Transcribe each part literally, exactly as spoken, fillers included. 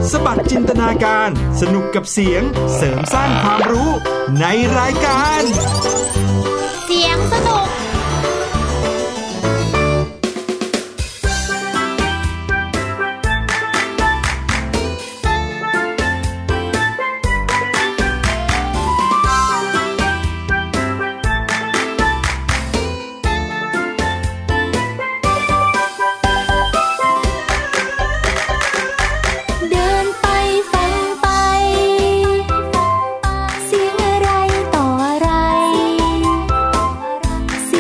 สบัดจินตนาการสนุกกับเสียงเสริมสร้างความรู้ในรายการเสียงสนุกเสี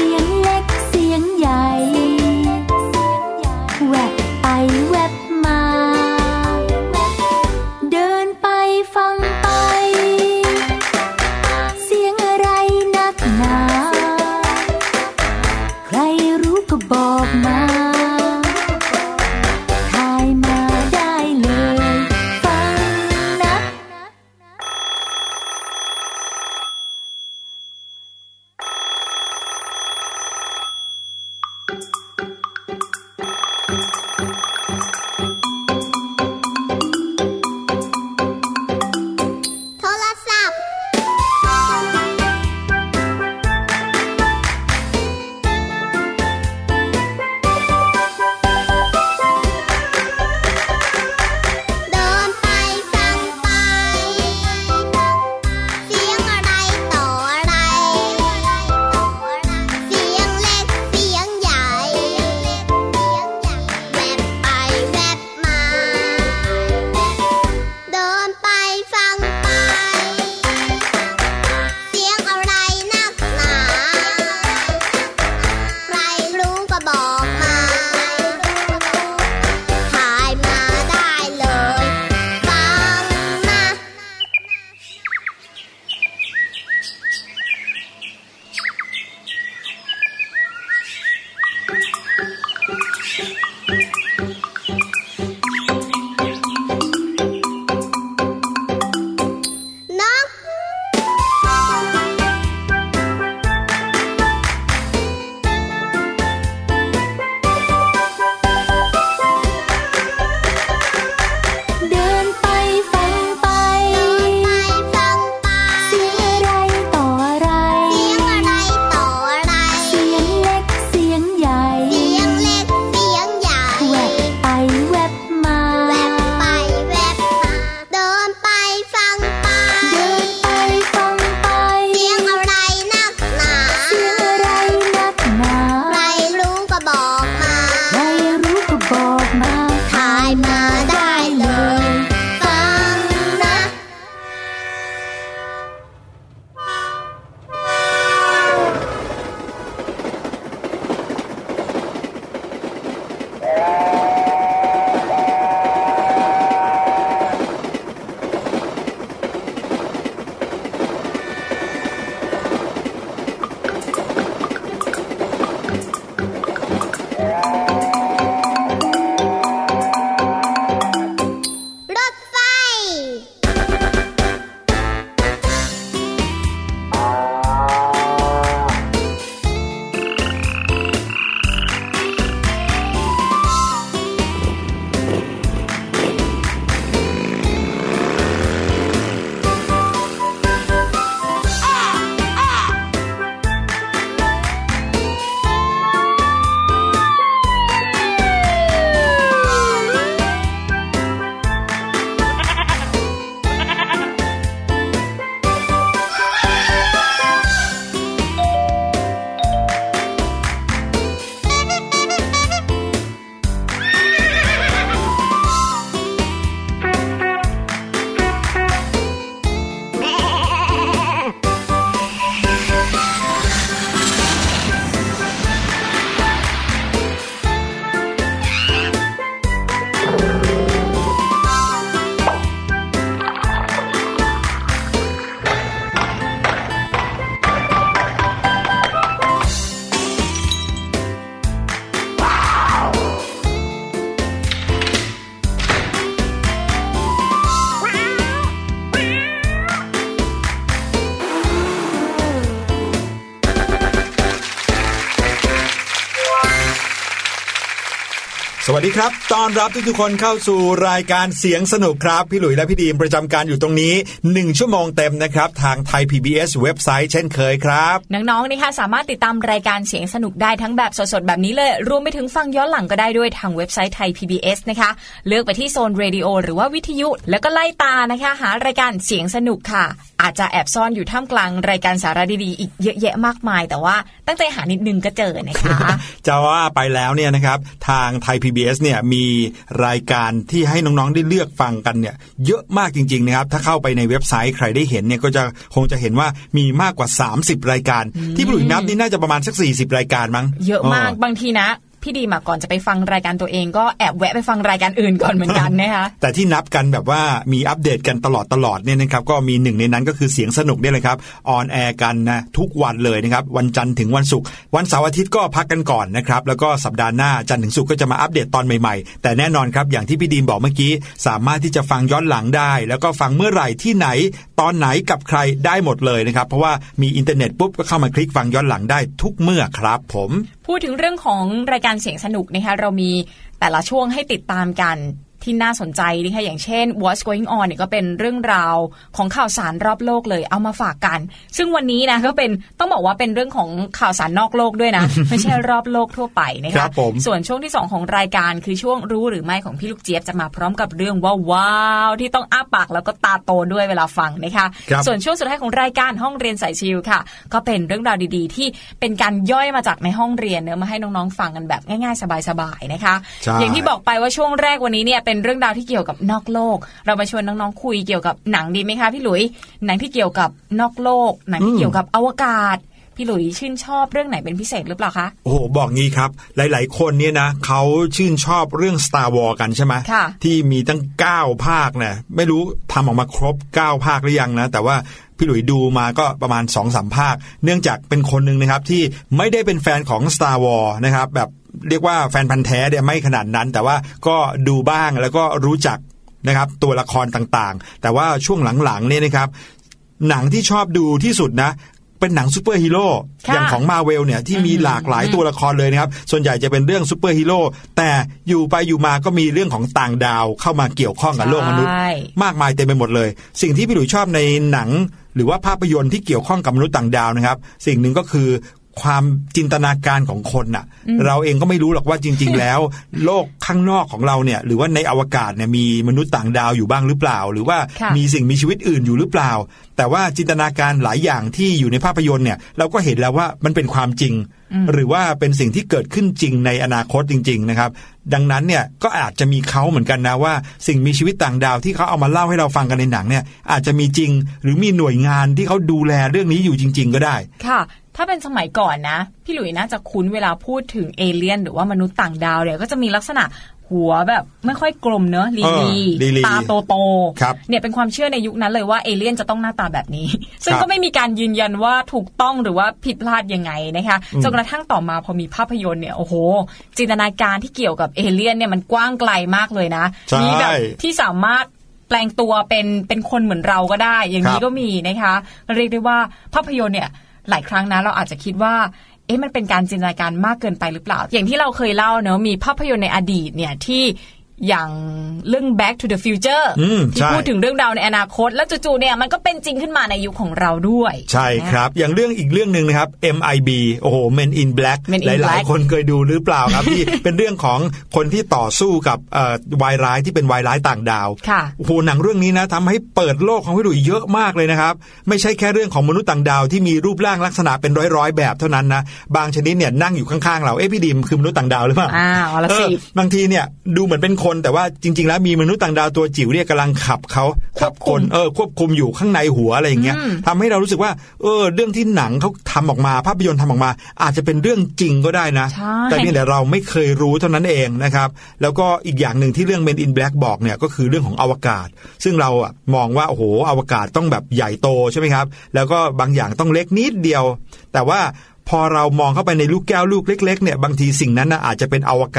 สวัสดีครับต้อนรับทุกๆคนเข้าสู่รายการเสียงสนุกครับพี่หลุยและพี่ดีมประจำการอยู่ตรงนี้หนึ่งชั่วโมงเต็มนะครับทางไทย พี บี เอส เว็บไซต์เช่นเคยครับน้องๆนะคะสามารถติดตามรายการเสียงสนุกได้ทั้งแบบสดๆแบบนี้เลยรวมไปถึงฟังย้อนหลังก็ได้ด้วยทางเว็บไซต์ไทย พี บี เอส นะคะเลือกไปที่โซนเรดิโอหรือว่าวิทยุแล้วก็ไล่ตานะคะหารายการเสียงสนุกค่ะอาจจะแอบซ่อนอยู่ท่ามกลางรายการสาระดีๆอีกเยอะแยะมากมายแต่ว่าตั้งใจหานิดนึงก็เจอนะคะจะว่าไปแล้วเนี่ยนะครับทางไทย พี บี เอส เนี่ยมีรายการที่ให้น้องๆได้เลือกฟังกันเนี่ยเยอะมากจริงๆนะครับถ้าเข้าไปในเว็บไซต์ใครได้เห็นเนี่ยก็จะคงจะเห็นว่ามีมากกว่าสามสิบรายการที่พี่หลุยนับนี่น่าจะประมาณสักสี่สิบรายการมั้งเยอะมากบางทีนะพี่ดีมาก่อนจะไปฟังรายการตัวเองก็แอบแวะไปฟังรายการอื่นก่อนเหมือนกันนะคะแต่ที่นับกันแบบว่ามีอัปเดตกันตลอดตลอดเนี่ยนะครับก็มีหนึ่งในนั้นก็คือเสียงสนุกเนี่ยเลยครับออนแอร์กันนะทุกวันเลยนะครับวันจันทร์ถึงวันศุกร์วันเสาร์อาทิตย์ก็พักกันก่อนนะครับแล้วก็สัปดาห์หน้าจันทร์ถึงศุกร์ก็จะมาอัปเดตตอนใหม่ๆแต่แน่นอนครับอย่างที่พี่ดีมบอกเมื่อกี้สามารถที่จะฟังย้อนหลังได้แล้วก็ฟังเมื่อไหร่ที่ไหนตอนไหนกับใครได้หมดเลยนะครับเพราะว่ามีอินเทอร์เน็ตปุ๊บก็เข้ามาคลิกฟังย้อนหลังได้ทุกเมื่อครับผมพูดถึงเรื่องของรายการเสียงสนุกนะคะเรามีแต่ละช่วงให้ติดตามกันที่น่าสนใจนะคะอย่างเช่น What's Going On เนี่ยก็เป็นเรื่องราวของข่าวสารรอบโลกเลยเอามาฝากกันซึ่งวันนี้นะก็เป็นต้องบอกว่าเป็นเรื่องของข่าวสารนอกโลกด้วยนะ ไม่ใช่รอบโลกทั่วไปนะคะส่วนช่วงที่สองของรายการคือช่วงรู้หรือไม่ของพี่ลูกเจี๊ยบจะมาพร้อมกับเรื่องว้าวๆที่ต้องอ้าปากแล้วก็ตาโตด้วยเวลาฟังนะคะส่วนช่วงสุดท้ายของรายการห้องเรียนสายชิลค่ะก็เป็นเรื่องราวดีๆที่เป็นการย่อยมาจากในห้องเรียนเนอะมาให้น้องๆฟังกันแบบง่ายๆสบายๆนะคะอย่างที่บอกไปว่าช่วงแรกวันนี้เนี่ยเป็นเรื่องราวที่เกี่ยวกับนอกโลกเรามาชวนน้องๆคุยเกี่ยวกับหนังดีไหมคะพี่หลุยหนังที่เกี่ยวกับนอกโลกหนังที่เกี่ยวกับอวกาศพี่หลุยชื่นชอบเรื่องไหนเป็นพิเศษหรือเปล่าคะโอ้โหบอกงี้ครับหลายๆคนเนี่ยนะเขาชื่นชอบเรื่อง Star Wars กันใช่ไหมที่มีตั้งเก้าภาคเนี่ยไม่รู้ทำออกมาครบเก้าภาคหรือยังนะแต่ว่าพี่หลุยดูมาก็ประมาณ สองสาม ภาคเนื่องจากเป็นคนนึงนะครับที่ไม่ได้เป็นแฟนของ Star Wars นะครับแบบเรียกว่าแฟนพันธุ์แท้เนี่ยไม่ขนาดนั้นแต่ว่าก็ดูบ้างแล้วก็รู้จักนะครับตัวละครต่างๆแต่ว่าช่วงหลังๆเนี่ยนะครับหนังที่ชอบดูที่สุดนะเป็นหนังซูเปอร์ฮีโร่อย่างของ Marvel เนี่ยที่มีหลากหลายตัวละครเลยนะครับส่วนใหญ่จะเป็นเรื่องซูเปอร์ฮีโร่แต่อยู่ไปอยู่มาก็มีเรื่องของต่างดาวเข้ามาเกี่ยวข้องกับโลกมนุษย์มากมายเต็มไปหมดเลยสิ่งที่พี่หลุยชอบในหนังหรือว่าภาพยนตร์ที่เกี่ยวข้องกับมนุษย์ต่างดาวนะครับสิ่งหนึ่งก็คือความจินตนาการของคนน่ะเราเองก็ไม่รู้หรอกว่าจริงๆแล้วโลกข้างนอกของเราเนี่ยหรือว่าในอวกาศเนี่ยมีมนุษย์ต่างดาวอยู่บ้างหรือเปล่าหรือว่ามีสิ่งมีชีวิตอื่นอยู่หรือเปล่าแต่ว่าจินตนาการหลายอย่างที่อยู่ในภาพยนตร์เนี่ยเราก็เห็นแล้วว่ามันเป็นความจริงหรือว่าเป็นสิ่งที่เกิดขึ้นจริงในอนาคตจริงๆนะครับดังนั้นเนี่ยก็อาจจะมีเขาเหมือนกันนะว่าสิ่งมีชีวิตต่างดาวที่เขาเอามาเล่าให้เราฟังกันในหนังเนี่ยอาจจะมีจริงหรือมีหน่วยงานที่เขาดูแลเรื่องนี้อยู่จริงๆก็ได้ค่ะถ้าเป็นสมัยก่อนนะพี่หลุยน่าจะคุ้นเวลาพูดถึงเอเลี่ยนหรือว่ามนุษย์ต่างดาวเนี่ยก็จะมีลักษณะหัวแบบไม่ค่อยกลมเนอะลีลีตาโตโตเนี่ยเป็นความเชื่อในยุคนั้นเลยว่าเอเลี่ยนจะต้องหน้าตาแบบนี้ซึ่งก็ไม่มีการยืนยันว่าถูกต้องหรือว่าผิดพลาดยังไงนะคะจนกระทั่งต่อมาพอมีภาพยนตร์เนี่ยโอ้โหจินตนาการที่เกี่ยวกับเอเลี่ยนเนี่ยมันกว้างไกลมากเลยนะมีแบบที่สามารถแปลงตัวเป็นเป็นคนเหมือนเราก็ได้อย่างนี้ก็มีนะคะเรียกได้ว่าภาพยนตร์เนี่ยหลายครั้งนะเราอาจจะคิดว่าเอ๊ะมันเป็นการจินตนาการมากเกินไปหรือเปล่าอย่างที่เราเคยเล่าเนอะมีภาพยนตร์ในอดีตเนี่ยที่อย่างเรื่อง Back to the Future ที่พูดถึงเรื่องราวในอนาคตแล้วจู่ๆเนี่ยมันก็เป็นจริงขึ้นมาในยุคของเราด้วยใช่ครับอย่างเรื่องอีกเรื่องนึงนะครับ เอ็ม ไอ บี โอ้โห Men in Black หลายๆคนเคยดูหรือเปล่าครับที่ เป็นเรื่องของคนที่ต่อสู้กับเอ่อวายร้ายที่เป็นวายร้ายต่างดาวโอ้โหหนังเรื่องนี้นะทำให้เปิดโลกของพี่ดุยเยอะมากเลยนะครับไม่ใช่แค่เรื่องของมนุษย์ต่างดาวที่มีรูปร่างลักษณะเป็นร้อยๆแบบเท่านั้นนะบางชนิดเนี่ยนั่งอยู่ข้างๆเราเอ๊ะพี่ดิมคือมนุษย์ต่างดาวหรือเปล่าอ้าวละสิบางทีเนี่ยดูเหมือนเป็นคนแต่ว่าจริงๆแล้วมีมนุษย์ต่างดาวตัวจิ๋วเนี่ยกำลังขับเขาขับคนเออควบคุมอยู่ข้างในหัวอะไรอย่างเงี้ยทำให้เรารู้สึกว่าเออเรื่องที่หนังเขาทำออกมาภาพยนตร์ทำออกมาอาจจะเป็นเรื่องจริงก็ได้นะแต่เนี่ยเดี๋ยวเราไม่เคยรู้เท่านั้นเองนะครับแล้วก็อีกอย่างหนึ่งที่เรื่อง Men in Black บอกเนี่ยก็คือเรื่องของอวกาศซึ่งเราอะมองว่าโอ้โหอวกาศต้องแบบใหญ่โตใช่ไหมครับแล้วก็บางอย่างต้องเล็กนิดเดียวแต่ว่าพอเรามองเข้าไปในลูกแก้วลูกเล็กๆเนี่ยบางทีสิ่งนั้นนะอาจจะเป็นอวกาศ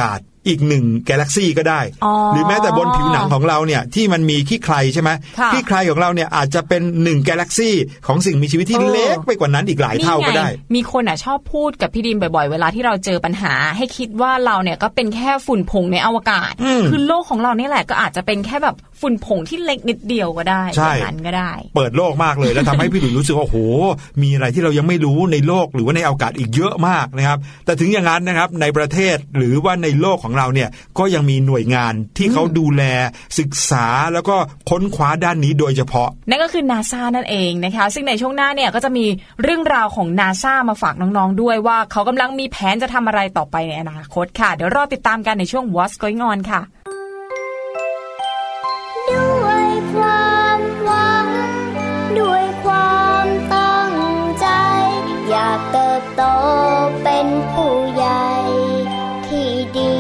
อีกหนึ่งกาแล็กซี่ก็ได้หรือแม้แต่บนผิวหนังของเราเนี่ยที่มันมีขี้ใครใช่ไหมขี้ใครของเราเนี่ยอาจจะเป็นหนึ่งกาแล็กซี่ของสิ่งมีชีวิตที่เล็กไปกว่านั้นอีกหลายเท่าก็ได้มีคนอ่ะชอบพูดกับพี่ดิมบ่อยๆเวลาที่เราเจอปัญหาให้คิดว่าเราเนี่ยก็เป็นแค่ฝุ่นผงในอวกาศคือโลกของเราเนี่ยแหละก็อาจจะเป็นแค่แบบฝุ่นผงที่เล็กนิดเดียวก็ได้อย่างนั้นก็ได้เปิดโลกมากเลยแล้วทำให้พี่หลุยรู้สึกว่าโหมีอะไรที่เรายังไม่รู้ในโลกหรือว่าในอวกาศอีกเยอะมากนะครับแต่ถึงอย่างนั้นนะครับในประเทศหรือว่าในโลกของเราเนี่ยก็ยังมีหน่วยงานที่เขาดูแลศึกษาแล้วก็ค้นคว้าด้านนี้โดยเฉพาะนั่นก็คือ NASA นั่นเองนะคะซึ่งในช่วงหน้าเนี่ยก็จะมีเรื่องราวของ NASA มาฝากน้องๆด้วยว่าเขากำลังมีแผนจะทำอะไรต่อไปในอนาคตค่ะเดี๋ยวรอติดตามกันในช่วง What's Going On ค่ะด้วยความหวังด้วยความตั้งใจอยากเติบโตเป็นผู้ใหญ่ที่ดี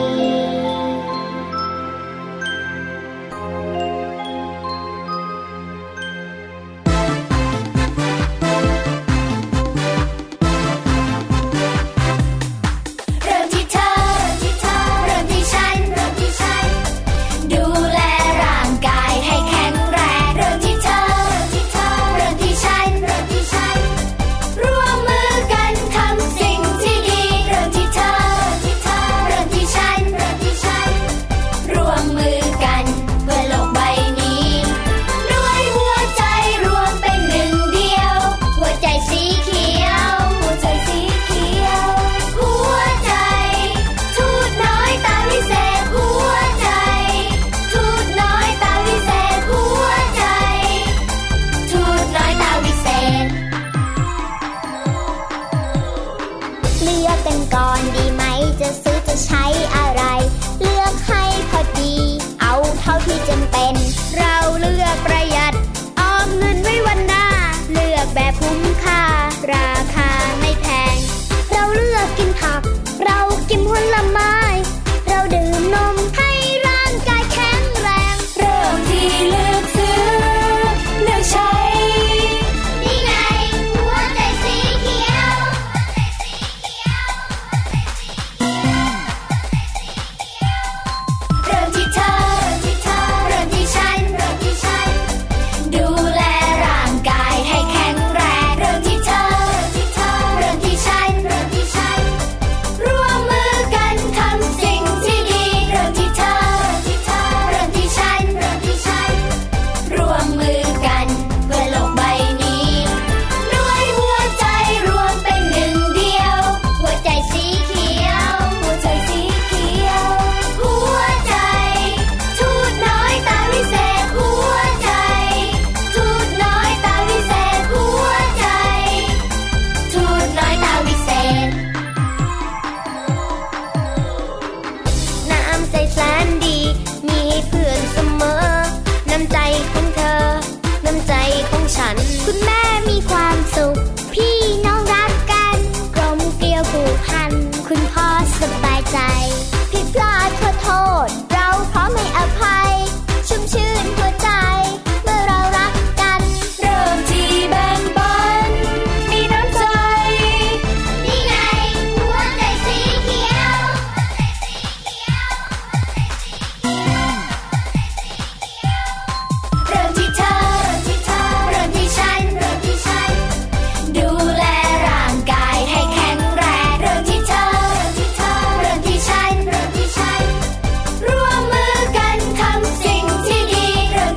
เ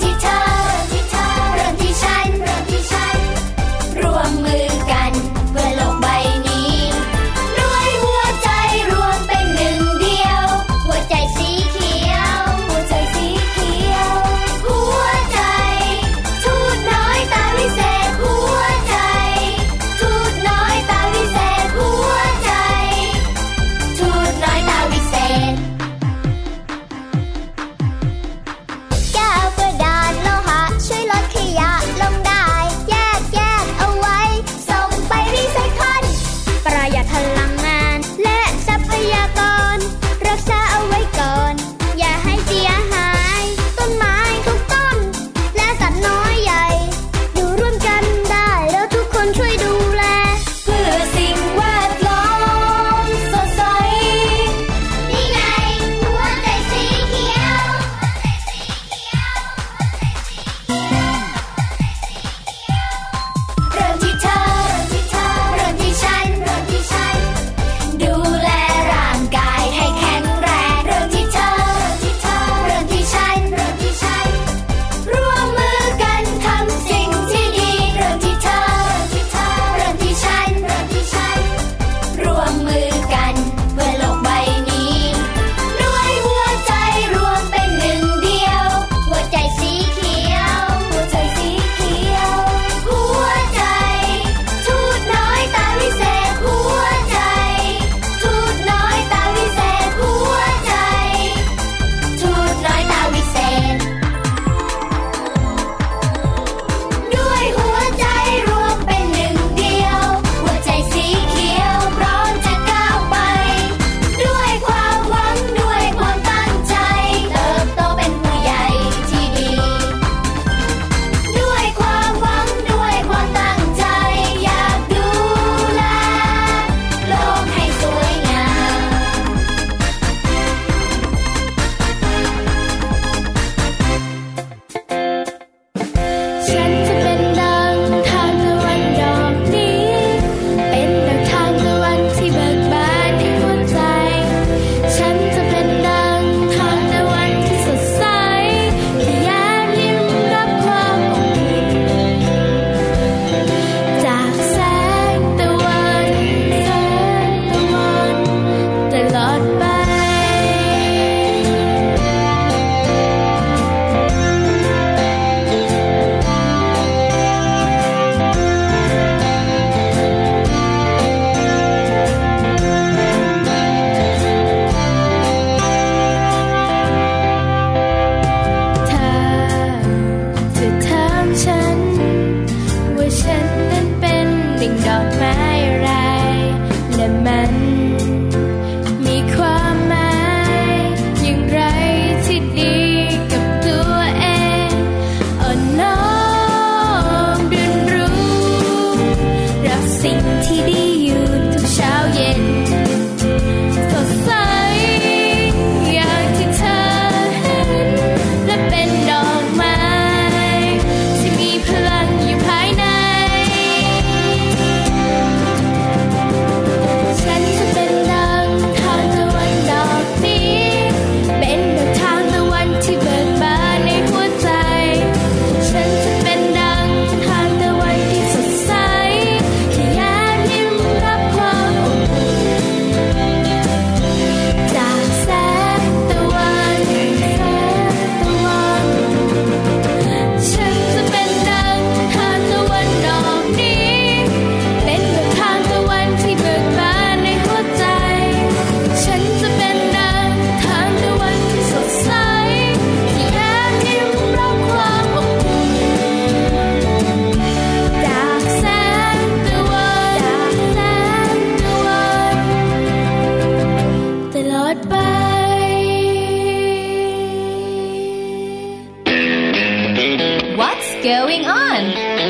going on?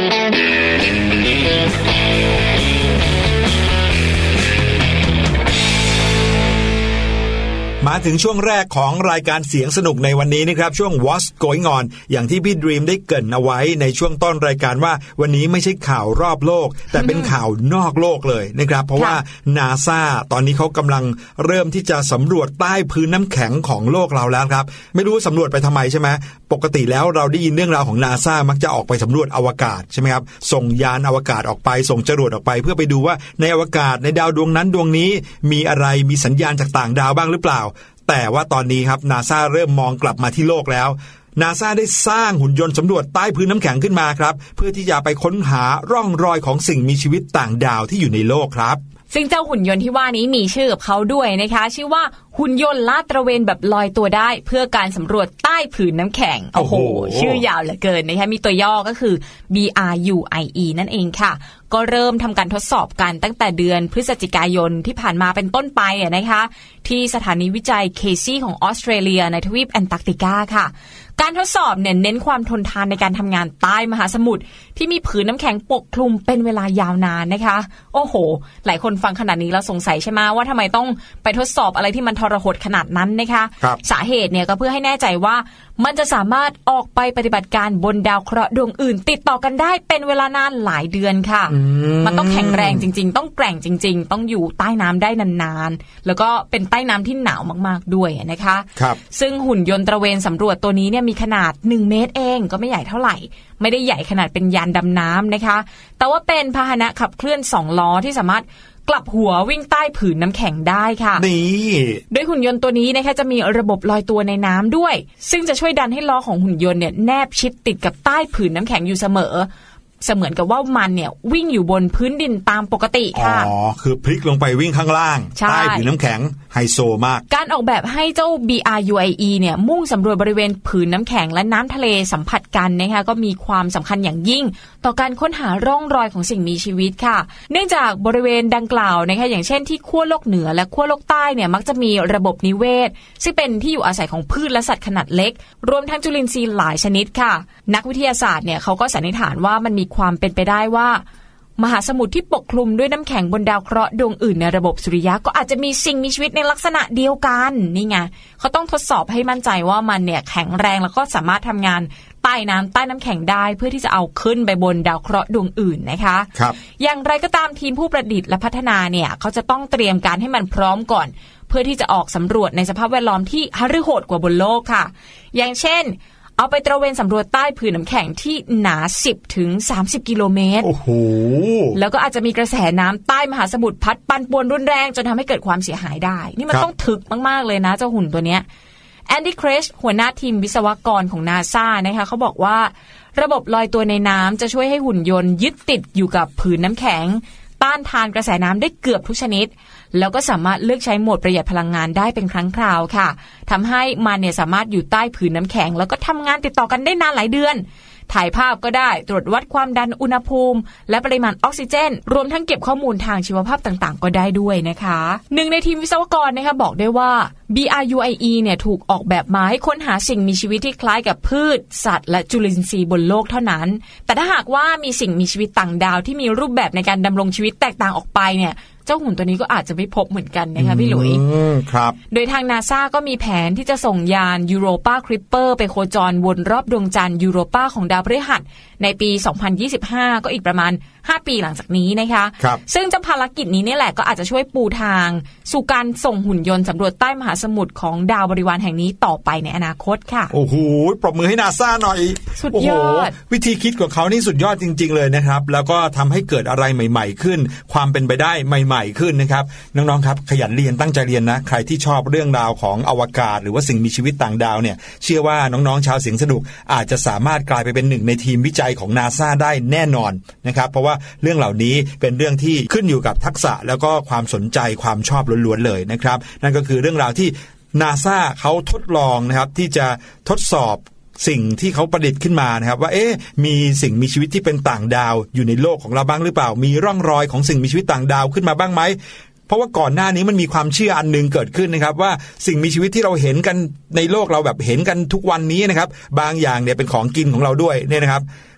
มาถึงช่วงแรกของรายการเสียงสนุกในวันนี้นะครับช่วง What's Going On อย่างที่พี่ Dream ได้เกริ่นเอาไว้ในช่วงต้นรายการว่าวันนี้ไม่ใช่ข่าวรอบโลกแต่เป็นข่าวนอกโลกเลยนะครับเพราะว่า NASA ตอนนี้เขากำลังเริ่มที่จะสำรวจใต้พื้นน้ำแข็งของโลกเราแล้วครับไม่รู้สำรวจไปทำไมใช่ไหมปกติแล้วเราได้ยินเรื่องราวของ NASA มักจะออกไปสำรวจอวกาศใช่ไหมครับส่งยานอวกาศออกไปส่งจรวดออกไปเพื่อไปดูว่าในอวกาศในดาวดวงนั้นดวงนี้มีอะไรมีสัญญาณจากต่างดาวบ้างหรือเปล่าแต่ว่าตอนนี้ครับ NASA เริ่มมองกลับมาที่โลกแล้ว NASA ได้สร้างหุ่นยนต์สำรวจใต้พื้นน้ำแข็งขึ้นมาครับเพื่อที่จะไปค้นหาร่องรอยของสิ่งมีชีวิตต่างดาวที่อยู่ในโลกครับซึ่งเจ้าหุ่นยนต์ที่ว่านี้มีชื่อกับเขาด้วยนะคะชื่อว่าหุ่นยนต์ลาดตระเวนแบบลอยตัวได้เพื่อการสำรวจใต้ผืนน้ำแข็งโอ้โหชื่อยาวเหลือเกินนะคะมีตัวย่อก็คือ บี อาร์ ยู ไอ อี นั่นเองค่ะก็เริ่มทำการทดสอบกันตั้งแต่เดือนพฤศจิกายนที่ผ่านมาเป็นต้นไปนะคะที่สถานีวิจัยเคซี่ของออสเตรเลียในทวีปแอนตาร์กติกาค่ะการทดสอบเนี่ยเน้นความทนทานในการทำงานใต้มหาสมุทรที่มีผืนน้ำแข็งปกคลุมเป็นเวลายาวนานนะคะโอ้โหหลายคนฟังขนาดนี้แล้วสงสัยใช่ไหมว่าทำไมต้องไปทดสอบอะไรที่มันทรหดขนาดนั้นนะคะสาเหตุเนี่ยก็เพื่อให้แน่ใจว่ามันจะสามารถออกไปปฏิบัติการบนดาวเคราะห์ดวงอื่นติดต่อกันได้เป็นเวลานานหลายเดือนค่ะ ม, มันต้องแข็งแรงจริงๆต้องแกร่งจริงๆต้องอยู่ใต้น้ำได้นานๆแล้วก็เป็นใต้น้ำที่หนาวมากๆด้วยนะคะซึ่งหุ่นยนต์ตระเวนสำรวจตัวนี้เนี่ยมีขนาดหนึ่งเมตรเองก็ไม่ใหญ่เท่าไหร่ไม่ได้ใหญ่ขนาดเป็นยานดำน้ำนะคะแต่ว่าเป็นพาหนะขับเคลื่อนสองล้อที่สามารถกลับหัววิ่งใต้ผืนน้ำแข็งได้ค่ะนี่โดยหุ่นยนต์ตัวนี้นะคะจะมีระบบลอยตัวในน้ำด้วยซึ่งจะช่วยดันให้ล้อของหุ่นยนต์เนี่ยแนบชิดติดกับใต้ผืนน้ำแข็งอยู่เสมอเสมือนกับว่ามันเนี่ยวิ่งอยู่บนพื้นดินตามปกติค่ะอ๋อคือพลิกลงไปวิ่งข้างล่างใต้ผืนน้ำแข็งไฮโซมากการออกแบบให้เจ้า บี อาร์ ยู ไอ อี เนี่ยมุ่งสำรวจบริเวณผืนน้ำแข็งและน้ำทะเลสัมผัสกันนะคะก็มีความสำคัญอย่างยิ่งต่อการค้นหาร่องรอยของสิ่งมีชีวิตค่ะเนื่องจากบริเวณดังกล่าวนะคะอย่างเช่นที่ขั้วโลกเหนือและขั้วโลกใต้เนี่ยมักจะมีระบบนิเวศซึ่งเป็นที่อยู่อาศัยของพืชและสัตว์ขนาดเล็กรวมทั้งจุลินทรีย์หลายชนิดค่ะนักวิทยาศาสตร์เนี่ยเขาก็สันนิษฐานว่ามันมีความเป็นไปได้ว่ามหาสมุทรที่ปกคลุมด้วยน้ำแข็งบนดาวเคราะห์ดวงอื่นในระบบสุริยะก็อาจจะมีสิ่งมีชีวิตในลักษณะเดียวกันนี่ไงเขาต้องทดสอบให้มั่นใจว่ามันเนี่ยแข็งแรงแล้วก็สามารถทำงานใต้น้ำใต้น้ำแข็งได้เพื่อที่จะเอาขึ้นไปบนดาวเคราะห์ดวงอื่นนะคะครับอย่างไรก็ตามทีมผู้ประดิษฐ์และพัฒนาเนี่ยเขาจะต้องเตรียมการให้มันพร้อมก่อนเพื่อที่จะออกสำรวจในสภาพแวดล้อมที่หฤโหดกว่าบนโลกค่ะอย่างเช่นเอาไปตระเวนสำรวจใต้ผืนน้ำแข็งที่หนา สิบถึงสามสิบ กิโลเมตรโอ้โหแล้วก็อาจจะมีกระแสน้ำใต้มหาสมุทรพัดปั่นป่วนรุนแรงจนทำให้เกิดความเสียหายได้นี่มันต้องถึกมากๆเลยนะเจ้าหุ่นตัวเนี้ยแอนดี้เครชหัวหน้าทีมวิศวกรของ NASA นะคะเขาบอกว่าระบบลอยตัวในน้ำจะช่วยให้หุ่นยนต์ยึดติดอยู่กับผืนน้ำแข็งต้านทานกระแสน้ำได้เกือบทุกชนิดแล้วก็สามารถเลือกใช้โหมดประหยัดพลังงานได้เป็นครั้งคราวค่ะทำให้มันเนี่ยสามารถอยู่ใต้ผืนน้ำแข็งแล้วก็ทำงานติดต่อกันได้นานหลายเดือนถ่ายภาพก็ได้ตรวจวัดความดันอุณหภูมิและปริมาณออกซิเจนรวมทั้งเก็บข้อมูลทางชีวภาพต่างๆก็ได้ด้วยนะคะหนึ่งในทีมวิศวกรนะคะบอกได้ว่า บี อาร์ ยู ไอ อี เนี่ยถูกออกแบบมาให้ค้นหาสิ่งมีชีวิตที่คล้ายกับพืชสัตว์และจุลินทรีย์บนโลกเท่านั้นแต่ถ้าหากว่ามีสิ่งมีชีวิตต่างดาวที่มีรูปแบบในการดำรงชีวิตแตกต่างออกไปเนี่ยเจ้าหุ่นตัวนี้ก็อาจจะไม่พบเหมือนกันนะคะพี่หลุยครับโดยทาง NASA ก็มีแผนที่จะส่งยาน Europa Clipper ไปโคจรวนรอบดวงจันทร์ Europa ของดาวพฤหัสในปีสองพันยี่สิบห้าก็อีกประมาณห้าปีหลังจากนี้นะคะซึ่งเจ้าภารกิจนี้นี่แหละก็อาจจะช่วยปูทางสู่การส่งหุ่นยนต์สำรวจใต้มหาสมุทรของดาวบริวารแห่งนี้ต่อไปในอนาคตค่ะโอ้โหปรบมือให้ NASA หน่อยสุดยอดวิธีคิดของเขานี่สุดยอดจริงๆเลยนะครับแล้วก็ทำให้เกิดอะไรใหม่ๆขึ้นความเป็นไปได้ใหม่ๆขึ้นนะครับน้องๆครับขยันเรียนตั้งใจเรียนนะใครที่ชอบเรื่องราวของอวกาศหรือว่าสิ่งมีชีวิตต่างดาวเนี่ยเชื่อว่าน้องๆชาวเสียงสนุกอาจจะสามารถกลายไปเป็นหนึ่งในทีมวิจัยของ NASA ได้แน่นอนนะครับเพราะว่าเรื่องเหล่านี้เป็นเรื่องที่ขึ้นอยู่กับทักษะแล้วก็ความสนใจความชอบล้วนๆเลยนะครับนั่นก็คือเรื่องราวที่ NASA เขาทดลองนะครับที่จะทดสอบสิ่งที่เขาประดิษฐ์ขึ้นมานะครับว่าเอ๊ะมีสิ่งมีชีวิตที่เป็นต่างดาวอยู่ในโลกของเราบ้างหรือเปล่ามีร่องรอยของสิ่งมีชีวิตต่างดาวขึ้นมาบ้างไหมเพราะว่าก่อนหน้านี้มันมีความเชื่ออันนึงเกิดขึ้นนะครับว่าสิ่งมีชีวิตที่เราเห็นกันในโลกเราแบบเห็นกันทุกวันนี้นะครับบางอย่างเนี่ยเป็นของกินของเราด้วยเนี่ยนะครับ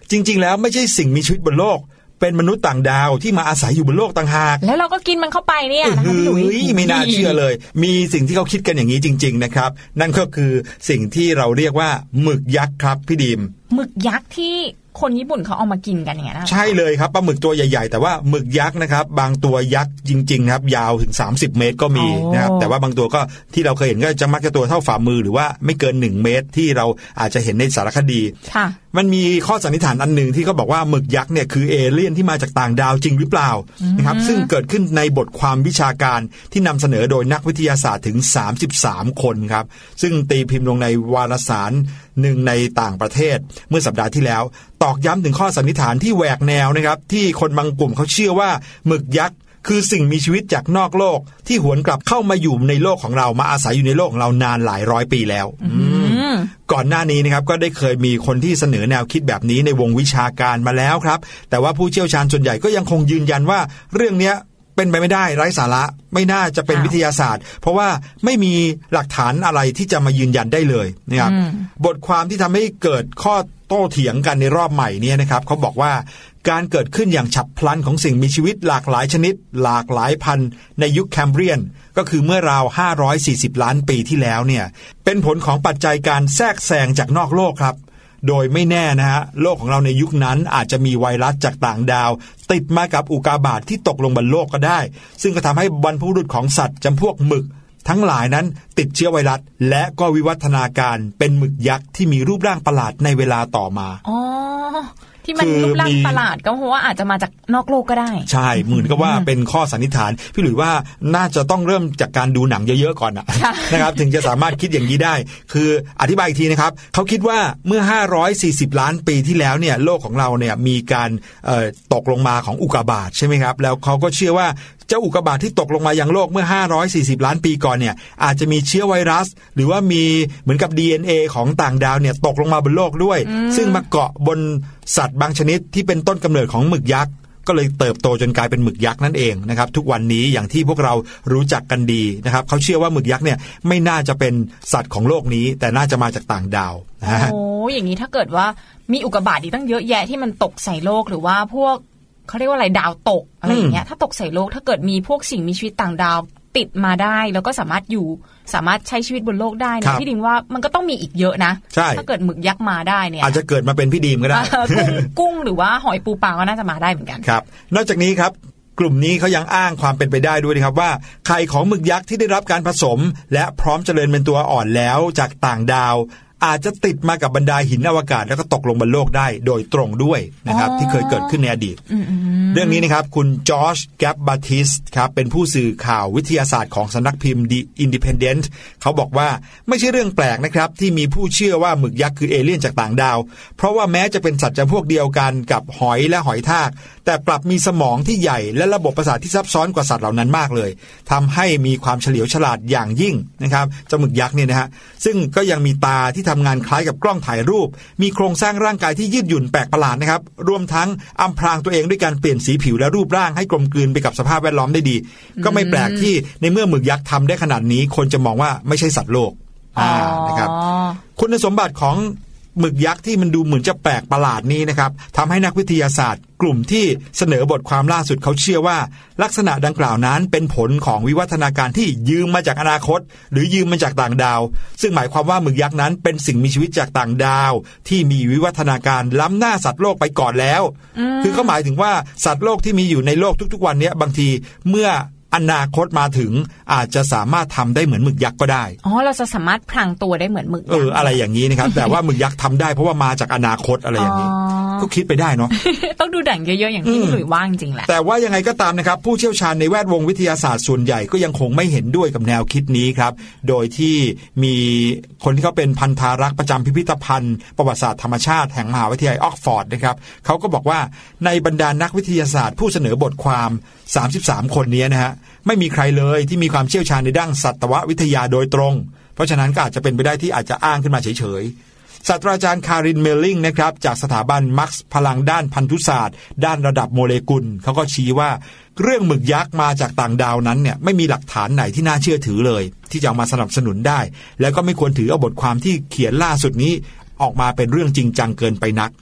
จริงๆแล้วไม่ใช่สิ่งมีชีวิตบนโลกเป็นมนุษย์ต่างดาวที่มาอาศัยอยู่บนโลกต่างหากแล้วเราก็กินมันเข้าไปเนี่ยนะคะพี่หลุยส์ไม่น่าเชื่อเลยมีสิ่งที่เขาคิดกันอย่างนี้จริงๆนะครับนั่นก็คือสิ่งที่เราเรียกว่าหมึกยักษ์ครับพี่ดิมหมึกยักษ์ที่คนญี่ปุ่นเขาเอามากินกันอย่างเงี้ยนะใช่เลยครับปลาหมึกตัวใหญ่ๆแต่ว่าหมึกยักษ์นะครับบางตัวยักษ์จริงๆครับยาวถึงสามสิบเมตรก็มีนะครับแต่ว่าบางตัวก็ที่เราเคยเห็นก็จะมักจะตัวเท่าฝ่ามือหรือว่าไม่เกินหนึ่งเมตรที่เราอาจจะเห็นในสารคดีค่ะมันมีข้อสันนิษฐานอันหนึ่งที่เขาบอกว่าหมึกยักษ์เนี่ยคือเอเลี่ยนที่มาจากต่างดาวจริงหรือเปล่านะครับซึ่งเกิดขึ้นในบทความวิชาการที่นำเสนอโดยนักวิทยาศาสตร์ถึงสามสิบสามคนครับซึ่งตีพิมพ์ลงในวารสารหนึ่งในต่างประเทศเมื่อสัปดาห์ที่แล้วตอกย้ำถึงข้อสันนิษฐานที่แหวกแนวนะครับที่คนบางกลุ่มเขาเชื่อว่าหมึกยักษ์คือสิ่งมีชีวิตจากนอกโลกที่หวนกลับเข้ามาอยู่ในโลกของเรามาอาศัยอยู่ในโลกของเรานานหลายร้อยปีแล้วก่อนหน้านี้นะครับก็ได้เคยมีคนที่เสนอแนวคิดแบบนี้ในวงวิชาการมาแล้วครับแต่ว่าผู้เชี่ยวชาญส่วนใหญ่ก็ยังคงยืนยันว่าเรื่องนี้เป็นไปไม่ได้ไร้สาระไม่น่าจะเป็นวิทยาศาสตร์เพราะว่าไม่มีหลักฐานอะไรที่จะมายืนยันได้เลยนะครับบทความที่ทำให้เกิดข้อโต้เถียงกันในรอบใหม่นี้นะครับเขาบอกว่าการเกิดขึ้นอย่างฉับพลันของสิ่งมีชีวิตหลากหลายชนิดหลากหลายพันธุ์ในยุคแคมเบรียนก็คือเมื่อราวห้าร้อยสี่สิบล้านปีที่แล้วเนี่ยเป็นผลของปัจจัยการแทรกแซงจากนอกโลกครับโดยไม่แน่นะฮะโลกของเราในยุคนั้นอาจจะมีไวรัสจากต่างดาวติดมากับอุกาบาตที่ตกลงบนโลกก็ได้ซึ่งก็ทำให้บรรพบุรุษของสัตว์จำพวกหมึกทั้งหลายนั้นติดเชื้อไวรัสและก็วิวัฒนาการเป็นหมึกยักษ์ที่มีรูปร่างประหลาดในเวลาต่อมาอ๋อที่มันรูปร่างประหลาดก็เพราะว่าอาจจะมาจากนอกโลกก็ได้ใช่เหมือนกับว่าเป็นข้อสันนิษฐานพี่หลุยว่าน่าจะต้องเริ่มจากการดูหนังเยอะๆก่อนนะนะครับถึงจะสามารถคิดอย่างนี้ได้คืออธิบายอีกทีนะครับเขาคิดว่าเมื่อห้าร้อยสี่สิบล้านปีที่แล้วเนี่ยโลกของเราเนี่ยมีการตกลงมาของอุกกาบาตใช่ไหมครับแล้วเขาก็เชื่อว่าเจ้าอุกกาบาตที่ตกลงมายังโลกเมื่อห้าร้อยสี่สิบล้านปีก่อนเนี่ยอาจจะมีเชื้อไวรัสหรือว่ามีเหมือนกับ ดี เอ็น เอ ของต่างดาวเนี่ยตกลงมาบนโลกด้วยซึ่งมาเกาะบนสัตว์บางชนิดที่เป็นต้นกำเนิดของหมึกยักษ์ก็เลยเติบโตจนกลายเป็นหมึกยักษ์นั่นเองนะครับทุกวันนี้อย่างที่พวกเรารู้จักกันดีนะครับเขาเชื่อว่าหมึกยักษ์เนี่ยไม่น่าจะเป็นสัตว์ของโลกนี้แต่น่าจะมาจากต่างดาวโอ้อย่างนี้ถ้าเกิดว่ามีอุกกาบาตอีกตั้งเยอะแยะที่มันตกใส่โลกหรือว่าพวกเขาเรียกว่าอะไรดาวตกอะไรอย่างเงี้ยถ้าตกใส่โลกถ้าเกิดมีพวกสิ่งมีชีวิตต่างดาวติดมาได้แล้วก็สามารถอยู่สามารถใช้ชีวิตบนโลกได้นะพี่ดิมว่ามันก็ต้องมีอีกเยอะนะถ้าเกิดหมึกยักษ์มาได้เนี่ยอาจจะเกิดมาเป็นพี่ดิมก็ได้กุ้งกุ้งหรือว่าหอยปูปลาก็น่าจะมาได้เหมือนกันครับนอกจากนี้ครับกลุ่มนี้เขายังอ้างความเป็นไปได้ด้วยนะครับว่าไข่ของหมึกยักษ์ที่ได้รับการผสมและพร้อมเจริญเป็นตัวอ่อนแล้วจากต่างดาวอาจจะติดมากับบรรดาหินอวกาศแล้วก็ตกลงบนโลกได้โดยตรงด้วยนะครับที่เคยเกิดขึ้นในอดีตเรื่องนี้นะครับคุณจอร์จแกปบาติสครับเป็นผู้สื่อข่าววิทยาศาสตร์ของสำนักพิมพ์ The Independent เขาบอกว่าไม่ใช่เรื่องแปลกนะครับที่มีผู้เชื่อว่าหมึกยักษ์คือเอเลี่ยนจากต่างดาวเพราะว่าแม้จะเป็นสัตว์จำพวกเดียวกันกับหอยและหอยทากแต่กลับมีสมองที่ใหญ่และระบบประสาทที่ซับซ้อนกว่าสัตว์เหล่านั้นมากเลยทำให้มีความเฉลียวฉลาดอย่างยิ่งนะครับเจ้าหมึกยักษ์เนี่ยนะฮะซึ่งก็ยังมีตาที่ทำงานคล้ายกับกล้องถ่ายรูปมีโครงสร้างร่างกายที่ยืดหยุ่นแปลกประหลาดนะครับรวมทั้งอำพรางตัวเองด้วยการเปลี่ยนสีผิวและรูปร่างให้กลมกลืนไปกับสภาพแวดล้อมได้ดีก็ไม่แปลกที่ในเมื่อหมึกยักษ์ทำได้ขนาดนี้คนจะมองว่าไม่ใช่สัตว์โลกนะครับคุณสมบัติของหมึกยักษ์ที่มันดูเหมือนจะแปลกประหลาดนี้นะครับทำให้นักวิทยาศาสตร์กลุ่มที่เสนอบทความล่าสุดเขาเชื่อว่าลักษณะดังกล่าวนั้นเป็นผลของวิวัฒนาการที่ยืมมาจากอนาคตหรือยืมมาจากต่างดาวซึ่งหมายความว่าหมึกยักษ์นั้นเป็นสิ่งมีชีวิตจากต่างดาวที่มีวิวัฒนาการล้ำหน้าสัตว์โลกไปก่อนแล้วคือเขาหมายถึงว่าสัตว์โลกที่มีอยู่ในโลกทุกๆวันนี้บางทีเมื่ออนาคตมาถึงอาจจะสามารถทำได้เหมือนหมึกยักษ์ก็ได้อ๋อเราจะสามารถพรางตัวได้เหมือนหมึกยักษ์เอออะไรอย่างนี้นะครับ แต่ว่าหมึกยักษ์ทำได้เพราะว่ามาจากอนาคตอะไรอย่างนี้ก็คิดไปได้เนาะต้องดูดั่งเยอะๆอย่างที่หลุยว่างจริงแหละแต่ว่ายังไงก็ตามนะครับผู้เชี่ยวชาญในแวดวงวิทยาศาสตร์ส่วนใหญ่ก็ยังคงไม่เห็นด้วยกับแนวคิดนี้ครับโดยที่มีคนที่เขาเป็นพันธารักษ์ประจำพิพิธภัณฑ์ประวัติศาสตร์ธรรมชาติแห่งมหาวิทยาลัยออกฟอร์ดนะครับเขาก็บอกว่าในบรรดานักวิทยาศาสตร์ผู้เสนอบทความสามสิบสามคนนี้นะฮะไม่มีใครเลยที่มีความเชี่ยวชาญในด้านสัตววิทยาโดยตรงเพราะฉะนั้นก็อาจจะเป็นไปได้ที่อาจจะอ้างขึ้นมาเฉยๆศาสตราจารย์คารินเมลลิงนะครับจากสถาบันมักซ์พลังด้านพันธุศาสตร์ด้านระดับโมเลกุลเขาก็ชี้ว่าเรื่องหมึกยักษ์มาจากต่างดาวนั้นเนี่ยไม่มีหลักฐานไหนที่น่าเชื่อถือเลยที่จะเอามาสนับสนุนได้แล้วก็ไม่ควรถือเอาบทความที่เขียนล่าสุดนี้ออกมาเป็นเรื่องจริงจังเกินไปนัก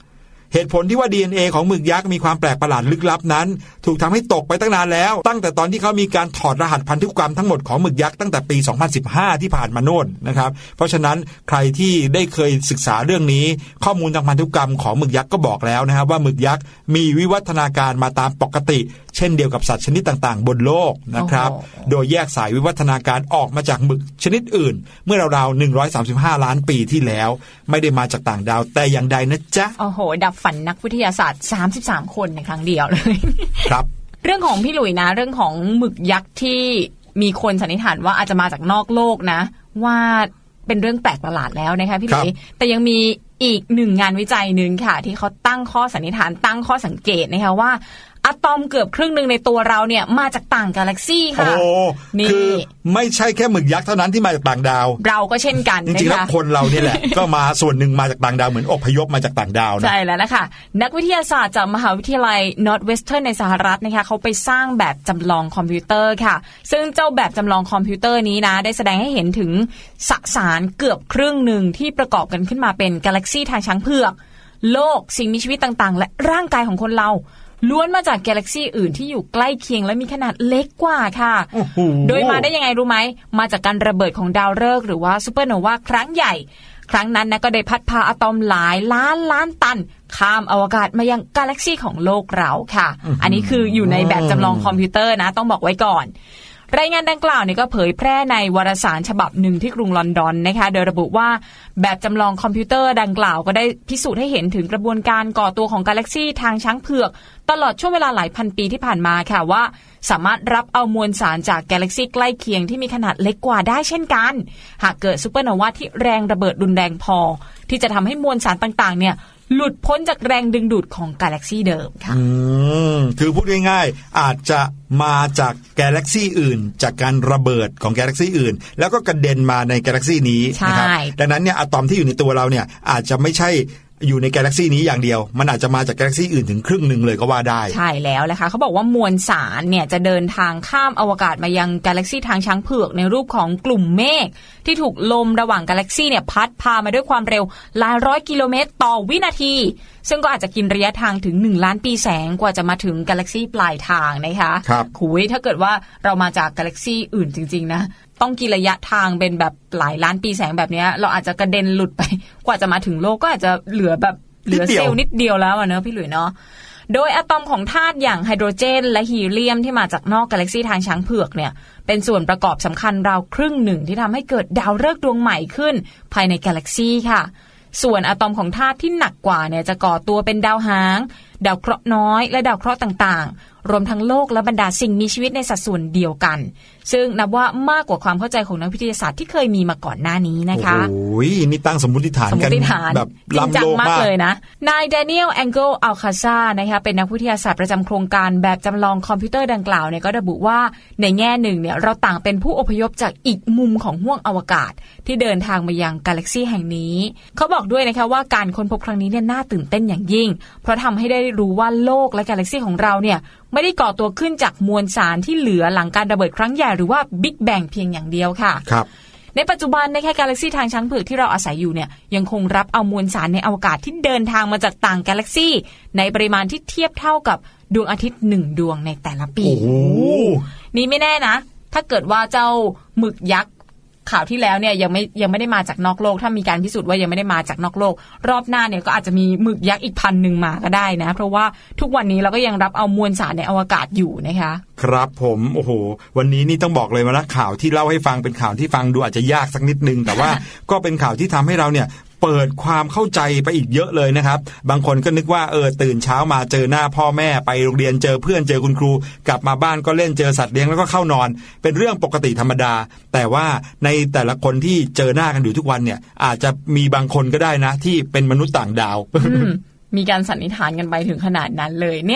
เหตุผลที่ว่า ดี เอ็น เอ ของหมึกยักษ์มีความแปลกประหลาดลึกลับนั้นถูกทำให้ตกไปตั้งนานแล้วตั้งแต่ตอนที่เขามีการถอดรหัสพันธุกรรมทั้งหมดของหมึกยักษ์ตั้งแต่ปีสองพันสิบห้าที่ผ่านมาโน่นนะครับเพราะฉะนั้นใครที่ได้เคยศึกษาเรื่องนี้ข้อมูลทางพันธุกรรมของหมึกยักษ์ก็บอกแล้วนะครับว่าหมึกยักษ์มีวิวัฒนาการมาตามปกติเช่นเดียวกับสัตว์ชนิดต่างๆบนโลกนะครับโดยแยกสายวิวัฒนาการออกมาจากหมึกชนิดอื่นเมื่อราวๆหนึ่งร้อยสามสิบห้าล้านปีที่แล้วไม่ได้มาจากต่างดาวแต่อย่างใดนะจ๊ะโอ้โหดับฝันนักวิทยาศาสตร์สามสิบสามคนในครั้งเดียวเลยครับเรื่องของพี่หลุยนะเรื่องของหมึกยักษ์ที่มีคนสันนิษฐานว่าอาจจะมาจากนอกโลกนะว่าเป็นเรื่องแปลกประหลาดแล้วนะคะพี่หลุยแต่ยังมีอีกหนึ่งงานวิจัยนึงค่ะที่เขาตั้งข้อสันนิษฐานตั้งข้อสังเกตนะคะว่าอะตอมเกือบครึ่งหนึ่งในตัวเราเนี่ยมาจากต่างกาแล็กซี่ค่ะโอ้นี่คือไม่ใช่แค่หมึกยักษ์เท่านั้นที่มาจากต่างดาวเราก็เช่นกันจริงๆแล้วคนเราเนี่ยแหละ ก็มาส่วนหนึ่งมาจากต่างดาวเหมือนอพยพมาจากต่างดาวนะใช่แล้วนะคะนักวิทยาศาสตร์จากมหาวิทยาลัย Northwestern ในสหรัฐนะคะเขาไปสร้างแบบจำลองคอมพิวเตอร์ค่ะซึ่งเจ้าแบบจำลองคอมพิวเตอร์นี้นะได้แสดงให้เห็นถึงสสารเกือบครึ่งหนึ่งที่ประกอบกันขึ้นมาเป็นกาแล็กซี่ทางช้างเผือกโลกสิ่งมีชีวิตต่างๆและร่างกายของคนเราล้วนมาจากกาแล็กซี่อื่นที่อยู่ใกล้เคียงและมีขนาดเล็กกว่าค่ะโดยมาได้ยังไงรู้ไหมมาจากการระเบิดของดาวฤกษ์หรือว่าซูเปอร์โนวาครั้งใหญ่ครั้งนั้นนะก็ได้พัดพาอะตอมหลายล้านล้านตันข้ามอวกาศมายังกาแล็กซี่ของโลกเราค่ะอันนี้คืออยู่ในแบบจำลองคอมพิวเตอร์นะต้องบอกไว้ก่อนรายงานดังกล่าวเนี่ยก็เผยแพร่ในวารสารฉบับหนึ่งที่กรุงลอนดอนนะคะโดยระบุว่าแบบจำลองคอมพิวเตอร์ดังกล่าวก็ได้พิสูจน์ให้เห็นถึงกระบวนการก่อตัวของกาแล็กซี่ทางช้างเผือกตลอดช่วงเวลาหลายพันปีที่ผ่านมาค่ะว่าสามารถรับเอามวลสารจากกาแล็กซี่ใกล้เคียงที่มีขนาดเล็กกว่าได้เช่นกันหากเกิดซูเปอร์โนวาที่แรงระเบิดรุนแรงพอที่จะทำให้มวลสารต่างๆเนี่ยหลุดพ้นจากแรงดึงดูดของกาแล็กซี่เดิมค่ะอืมคือพูดง่ายๆอาจจะมาจากกาแล็กซี่อื่นจากการระเบิดของกาแล็กซี่อื่นแล้วก็กระเด็นมาในกาแล็กซี่นี้นะครับดังนั้นเนี่ยอะตอมที่อยู่ในตัวเราเนี่ยอาจจะไม่ใช่อยู่ในกาแล็กซี่นี้อย่างเดียวมันอาจจะมาจากกาแล็กซี่อื่นถึงครึ่งนึงเลยก็ว่าได้ใช่แล้วแหละค่ะเขาบอกว่ามวลสารเนี่ยจะเดินทางข้ามอวกาศมายังกาแล็กซี่ทางช้างเผือกในรูปของกลุ่มเมฆที่ถูกลมระหว่างกาแล็กซี่เนี่ยพัดพามาด้วยความเร็วหลายร้อยกิโลเมตรต่อวินาทีซึ่งก็อาจจะกินระยะทางถึงหนึ่งล้านปีแสงกว่าจะมาถึงกาแล็กซี่ปลายทางนะคะครับคุยถ้าเกิดว่าเรามาจากกาแล็กซี่อื่นจริงๆนะต้องกินระยะทางเป็นแบบหลายล้านปีแสงแบบนี้เราอาจจะกระเด็นหลุดไปกว่าจะมาถึงโลกก็อาจจะเหลือแบบเหลือเซลล์นิดเดียวแล้วอ่ะเนอะพี่หลุยเนาะโดยอะตอมของธาตุอย่างไฮโดรเจนและฮีเลียมที่มาจากนอกกาแล็กซี่ทางช้างเผือกเนี่ยเป็นส่วนประกอบสำคัญราวครึ่งหนึ่งที่ทำให้เกิดดาวฤกษ์ดวงใหม่ขึ้นภายในกาแล็กซี่ค่ะส่วนอะตอมของธาตุที่หนักกว่าเนี่ยจะก่อตัวเป็นดาวหางดาวเคราะห์น้อยและดาวเคราะห์ต่างๆรวมทั้งโลกและบรรดาสิ่งมีชีวิตในสัดส่วนเดียวกันซึ่งนับว่ามากกว่าความเข้าใจของนักวิทยาศาสตร์ที่เคยมีมาก่อนหน้านี้นะคะโอ้ยนี่ตั้งสมมติฐานกันแบบล้ำโลกมากเลยนะนายแดเนียลแองเกิลอัลคาซานะคะเป็นนักวิทยาศาสตร์ประจำโครงการแบบจำลองคอมพิวเตอร์ดังกล่าวเนี่ยก็ระบุว่าในแง่หนึ่งเนี่ยเราต่างเป็นผู้อพยพจากอีกมุมของห้วงอวกาศที่เดินทางมายังกาแล็กซี่แห่งนี้เขาบอกด้วยนะคะว่าการค้นพบครั้งนี้เนี่ยน่าตื่นเต้นอย่างยิ่งเพราะทำให้ได้รู้ว่าโลกและกาแล็กซี่ของเราเนี่ยไม่ได้ก่อตัวขึ้นจากมวลสารที่เหลือหลังการระเบิดครั้งใหญ่หรือว่าบิ๊กแบงเพียงอย่างเดียวค่ะครับในปัจจุบันในแค่กาแล็กซี่ทางช้างเผือกที่เราอาศัยอยู่เนี่ยยังคงรับเอามวลสารในอวกาศที่เดินทางมาจากต่างกาแล็กซี่ในปริมาณที่เทียบเท่ากับดวงอาทิตย์หนึ่งดวงในแต่ละปีโอ้โหนี่ไม่แน่นะถ้าเกิดว่าเจ้าหมึกยักษ์ข่าวที่แล้วเนี่ยยังไม่ยังไม่ได้มาจากนอกโลกถ้ามีการพิสูจน์ว่ายังไม่ได้มาจากนอกโลกรอบหน้าเนี่ยก็อาจจะมีหมึกยักษ์อีกพันหนึ่งมาก็ได้นะเพราะว่าทุกวันนี้เราก็ยังรับเอามวลสารในอวกาศอยู่นะคะครับผมโอ้โหวันนี้นี่ต้องบอกเลยว่าข่าวที่เล่าให้ฟังเป็นข่าวที่ฟังดูอาจจะยากสักนิดนึงแต่ว่า ก็เป็นข่าวที่ทำให้เราเนี่ยเปิดความเข้าใจไปอีกเยอะเลยนะครับบางคนก็นึกว่าเออตื่นเช้ามาเจอหน้าพ่อแม่ไปโรงเรียนเจอเพื่อนเจอคุณครูกลับมาบ้านก็เล่นเจอสัตว์เลี้ยงแล้วก็เข้านอนเป็นเรื่องปกติธรรมดาแต่ว่าในแต่ละคนที่เจอหน้ากันอยู่ทุกวันเนี่ยอาจจะมีบางคนก็ได้นะที่เป็นมนุษย์ต่างดาวมีการสันนิษฐานกันไปถึงขนาดนั้นเลยเนี่ยแหละ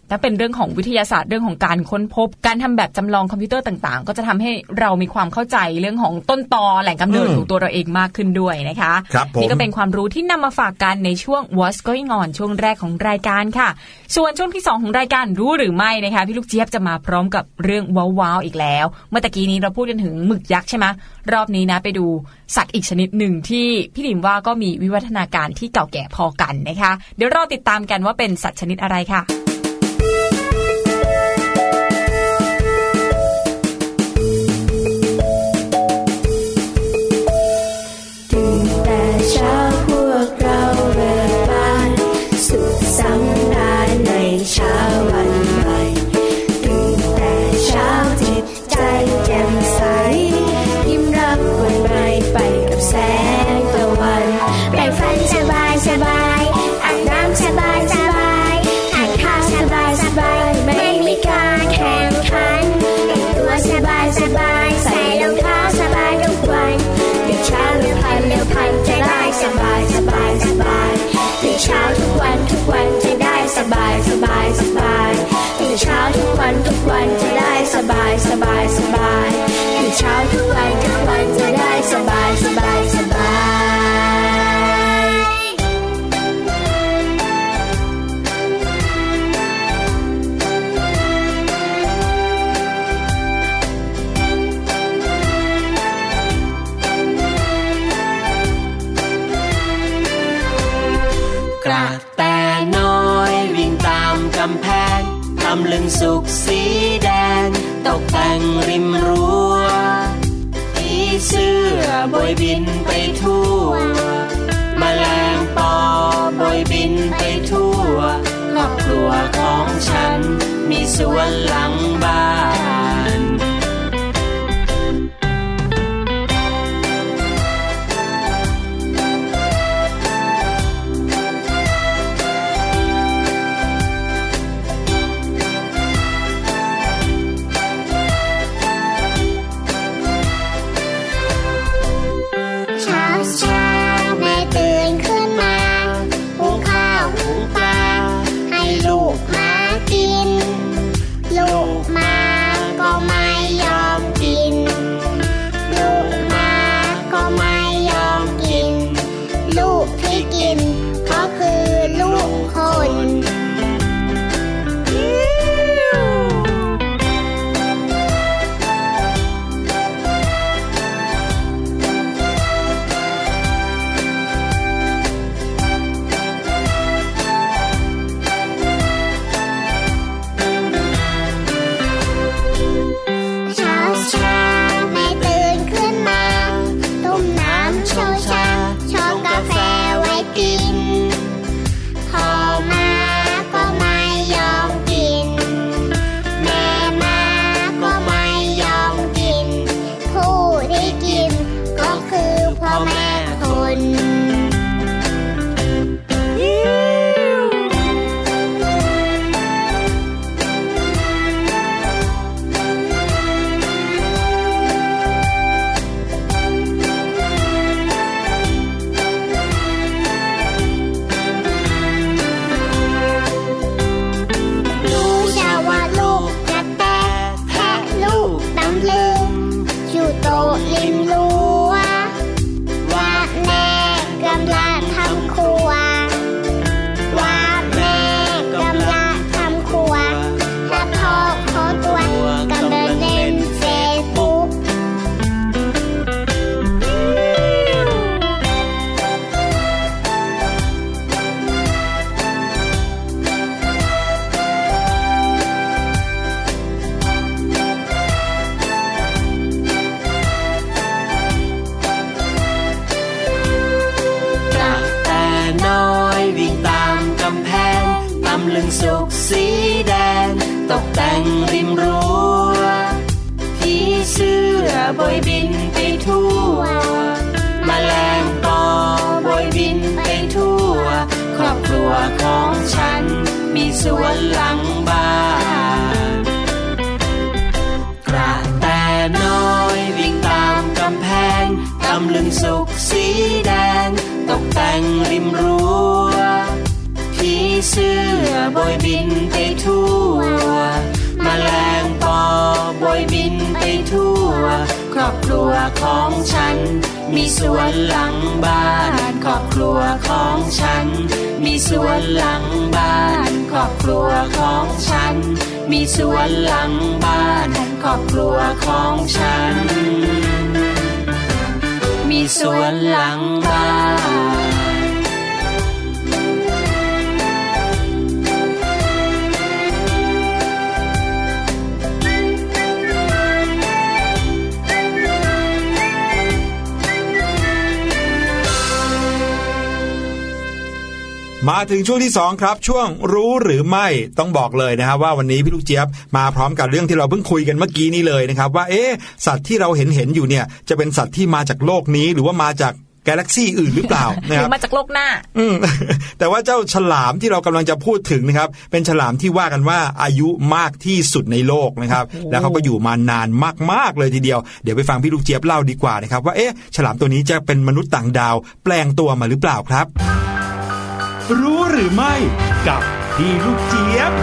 ถ้าเป็นเรื่องของวิทยาศาสตร์เรื่องของการค้นพบการทำแบบจำลองคอมพิวเตอร์ต่างๆก็จะทำให้เรามีความเข้าใจเรื่องของต้นตอแหล่งกำเนิดของตัวเราเองมากขึ้นด้วยนะคะนี่ก็เป็นความรู้ที่นำมาฝากกันในช่วง What's Going On ช่วงแรกของรายการค่ะส่วนช่วงที่สองของรายการรู้หรือไม่นะคะพี่ลูกเจี๊ยบจะมาพร้อมกับเรื่องว้าวๆอีกแล้วเมื่อตะกี้นี้เราพูดกันถึงหมึกยักษ์ใช่ไหมรอบนี้นะไปดูสัตว์อีกชนิดหนึ่งที่พี่ดิมว่าก็มีวิวัฒนาการที่เก่าแก่พอกันนะคะเดี๋ยวรอติดตามกันว่าเป็นสัตว์ชนิดอะไรค่ะเช้าวันใหม่ตื่นแต่เช้าจิตใจแจ่มใสยิ้มรับวันใหม่ไปกับแสงตะวันแปรงฟันสบายสบายอาบน้ำสบายสบายทานข้าวสบายสบายไม่มีการแข่งขันแต่งตัวสบายสบายใส่รองเท้าสบายทุกวันตื่นเช้าเร็วพันเร็วพันจะได้สบายสบายสบายตื่นเช้าทุกวันทุกวันจะได้สบายสบายสบายตื่นเช้าทุกวันทุกวันจะได้สบายสบายสบายตื่นเช้าทุกวันทุกวันจะได้สบายสบายสบายกระแตน้อยวิ่งตามกำแพงตำลึงสุกสีแดงตกแต่งริมรั้วผีเสื้อบอยบินไปทั่วแมลงปอบอยบินไปทั่วครอบครัวของฉันมีสวนหลังบ้านสุกสีแดงตกแต่งริมรั้วผีเสื้อบอยบินไปทั่วแมลงปอบอยบินไปทั่วครอบครัวของฉันมีสวนหลังบ้านกระแตน้อยวิ่งตามกำแพงตำลึงสุกสีแดงตกแต่งริมรั้วผีเสื้อบอยบินไปทั่วอบครัวของฉันมีสวนหลังบ้านครอบครัวของฉันมีสวนหลังบ้านครอบครัวของฉันมีสวนหลังบ้านครอบครัวของฉันมีสวนหลังบ้านมาถึงช่วงที่สองครับช่วงรู้หรือไม่ต้องบอกเลยนะครับว่าวันนี้พี่ลูกเจี๊ยบมาพร้อมกับเรื่องที่เราเพิ่งคุยกันเมื่อกี้นี้เลยนะครับว่าเอ๊ะสัตว์ที่เราเห็นเห็นอยู่เนี่ยจะเป็นสัตว์ที่มาจากโลกนี้หรือว่ามาจากกาแล็กซี่อื่นหรือเปล่านะครับมาจากโลกหน้าอืม แต่ว่าเจ้าฉลามที่เรากำลังจะพูดถึงนะครับเป็นฉลามที่ว่ากันว่าอายุมากที่สุดในโลกนะครับแล้วเขาก็อยู่มานานมากๆเลยทีเดียวเดี๋ยวไปฟังพี่ลูกเจี๊ยบเล่าดีกว่านะครับว่าเอ๊ะฉลามตัวนี้จะเป็นมนุษย์ต่างดาวแปลงตัวมาหรือเปล่าครับรู้หรือไม่กับพี่ลูกเจี๊ยบ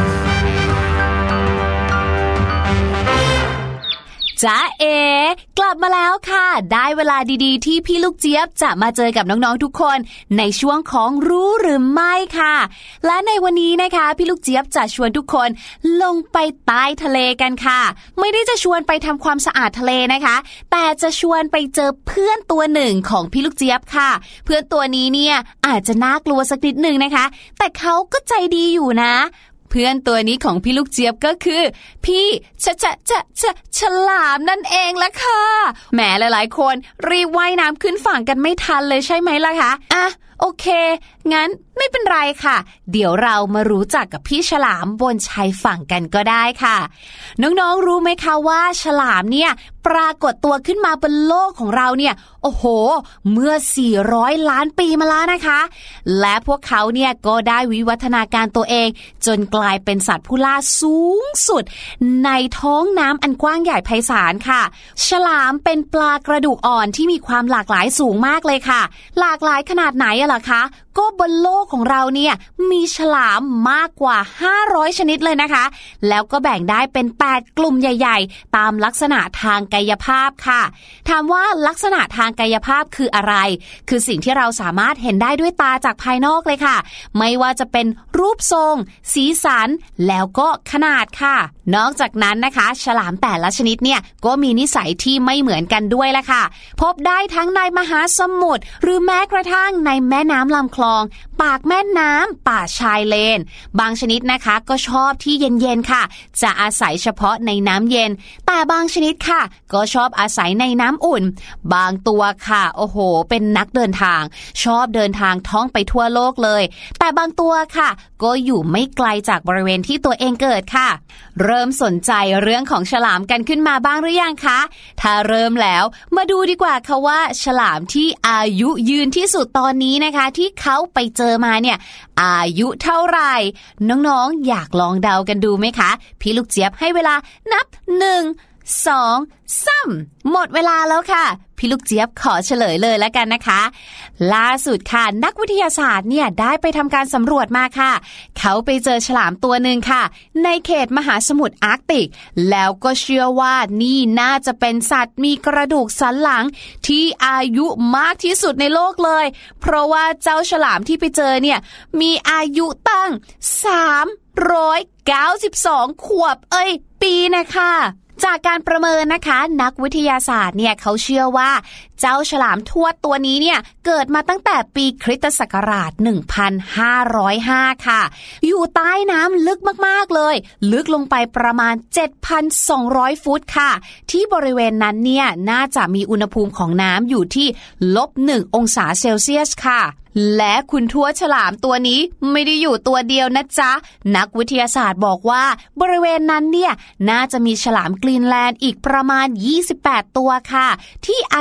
จ๊ะเอ๋กลับมาแล้วค่ะได้เวลาดีๆที่พี่ลูกเจี๊ยบจะมาเจอกับน้องๆทุกคนในช่วงของรู้หรือไม่ค่ะและในวันนี้นะคะพี่ลูกเจี๊ยบจะชวนทุกคนลงไปใต้ทะเลกันค่ะไม่ได้จะชวนไปทำความสะอาดทะเลนะคะแต่จะชวนไปเจอเพื่อนตัวหนึ่งของพี่ลูกเจี๊ยบค่ะเพื่อนตัวนี้เนี่ยอาจจะน่ากลัวสักนิดนึงนะคะแต่เขาก็ใจดีอยู่นะเพื่อนตัวนี้ของพี่ลูกเจี๊ยบก็คือพี่ชะชะชะชะฉลามนั่นเองละค่ะแหมหลายๆคนรีบว่ายน้ำขึ้นฝั่งกันไม่ทันเลยใช่ไหมล่ะคะอ่ะโอเคงั้นไม่เป็นไรค่ะเดี๋ยวเรามารู้จักกับพี่ฉลามบนชายฝั่งกันก็ได้ค่ะน้องๆรู้ไหมคะว่าฉลามเนี่ยปรากฏตัวขึ้นมาบนโลกของเราเนี่ยโอ้โหเมื่อสี่ร้อยล้านปีมาแล้วนะคะและพวกเขาเนี่ยก็ได้วิวัฒนาการตัวเองจนกลายเป็นสัตว์ผู้ล่าสูงสุดในท้องน้ำอันกว้างใหญ่ไพศาลค่ะฉลามเป็นปลากระดูกอ่อนที่มีความหลากหลายสูงมากเลยค่ะหลากหลายขนาดไหนอะล่ะคะก็บนโลกของเราเนี่ยมีฉลามมากกว่าห้าร้อยชนิดเลยนะคะแล้วก็แบ่งได้เป็นแปดกลุ่มใหญ่ๆตามลักษณะทางกายภาพค่ะถามว่าลักษณะทางกายภาพคืออะไรคือสิ่งที่เราสามารถเห็นได้ด้วยตาจากภายนอกเลยค่ะไม่ว่าจะเป็นรูปทรงสีสันแล้วก็ขนาดค่ะนอกจากนั้นนะคะฉลามแต่ละชนิดเนี่ยก็มีนิสัยที่ไม่เหมือนกันด้วยละค่ะพบได้ทั้งในมหาสมุทรหรือแม้กระทั่งในแม่น้ำลำคลองปากแม่น้ำป่าชายเลนบางชนิดนะคะก็ชอบที่เย็นๆค่ะจะอาศัยเฉพาะในน้ำเย็นแต่บางชนิดค่ะก็ชอบอาศัยในน้ำอุ่นบางตัวค่ะโอ้โหเป็นนักเดินทางชอบเดินทางท่องไปทั่วโลกเลยแต่บางตัวค่ะก็อยู่ไม่ไกลจากบริเวณที่ตัวเองเกิดค่ะเริ่มสนใจเรื่องของฉลามกันขึ้นมาบ้างหรือยังคะถ้าเริ่มแล้วมาดูดีกว่าค่ะว่าฉลามที่อายุยืนที่สุดตอนนี้นะคะที่เขาไปเจอมาเนี่ยอายุเท่าไหร่น้องๆอยากลองเดากันดูไหมคะพี่ลูกเจี๊ยบให้เวลานับหนึ่งสองสามหมดเวลาแล้วค่ะพี่ลูกเจี๊ยบขอเฉลยเลยแล้วกันนะคะล่าสุดค่ะนักวิทยาศาสตร์เนี่ยได้ไปทำการสำรวจมาค่ะเขาไปเจอฉลามตัวหนึ่งค่ะในเขตมหาสมุทรอาร์กติกแล้วก็เชื่อว่านี่น่าจะเป็นสัตว์มีกระดูกสันหลังที่อายุมากที่สุดในโลกเลยเพราะว่าเจ้าฉลามที่ไปเจอเนี่ยมีอายุตั้งสามร้อยเก้าสิบสองขวบเอ้ยปีนะคะจากการประเมินนะคะนักวิทยาศาสตร์เนี่ยเขาเชื่อว่าเจ้าฉลามทวดตัวนี้เนี่ยเกิดมาตั้งแต่ปีคริสตศักราชหนึ่งพันห้าร้อยห้าค่ะอยู่ใต้น้ำลึกมากๆเลยลึกลงไปประมาณ เจ็ดพันสองร้อย ฟุตค่ะที่บริเวณนั้นเนี่ยน่าจะมีอุณหภูมิของน้ำอยู่ที่ลบหนึ่งองศาเซลเซียสค่ะและคุณทวดฉลามตัวนี้ไม่ได้อยู่ตัวเดียวนะจ๊ะนักวิทยาศาสตร์บอกว่าบริเวณนั้นเนี่ยน่าจะมีฉลามกรีนแลนด์อีกประมาณยี่สิบแปดตัวค่ะที่อายุ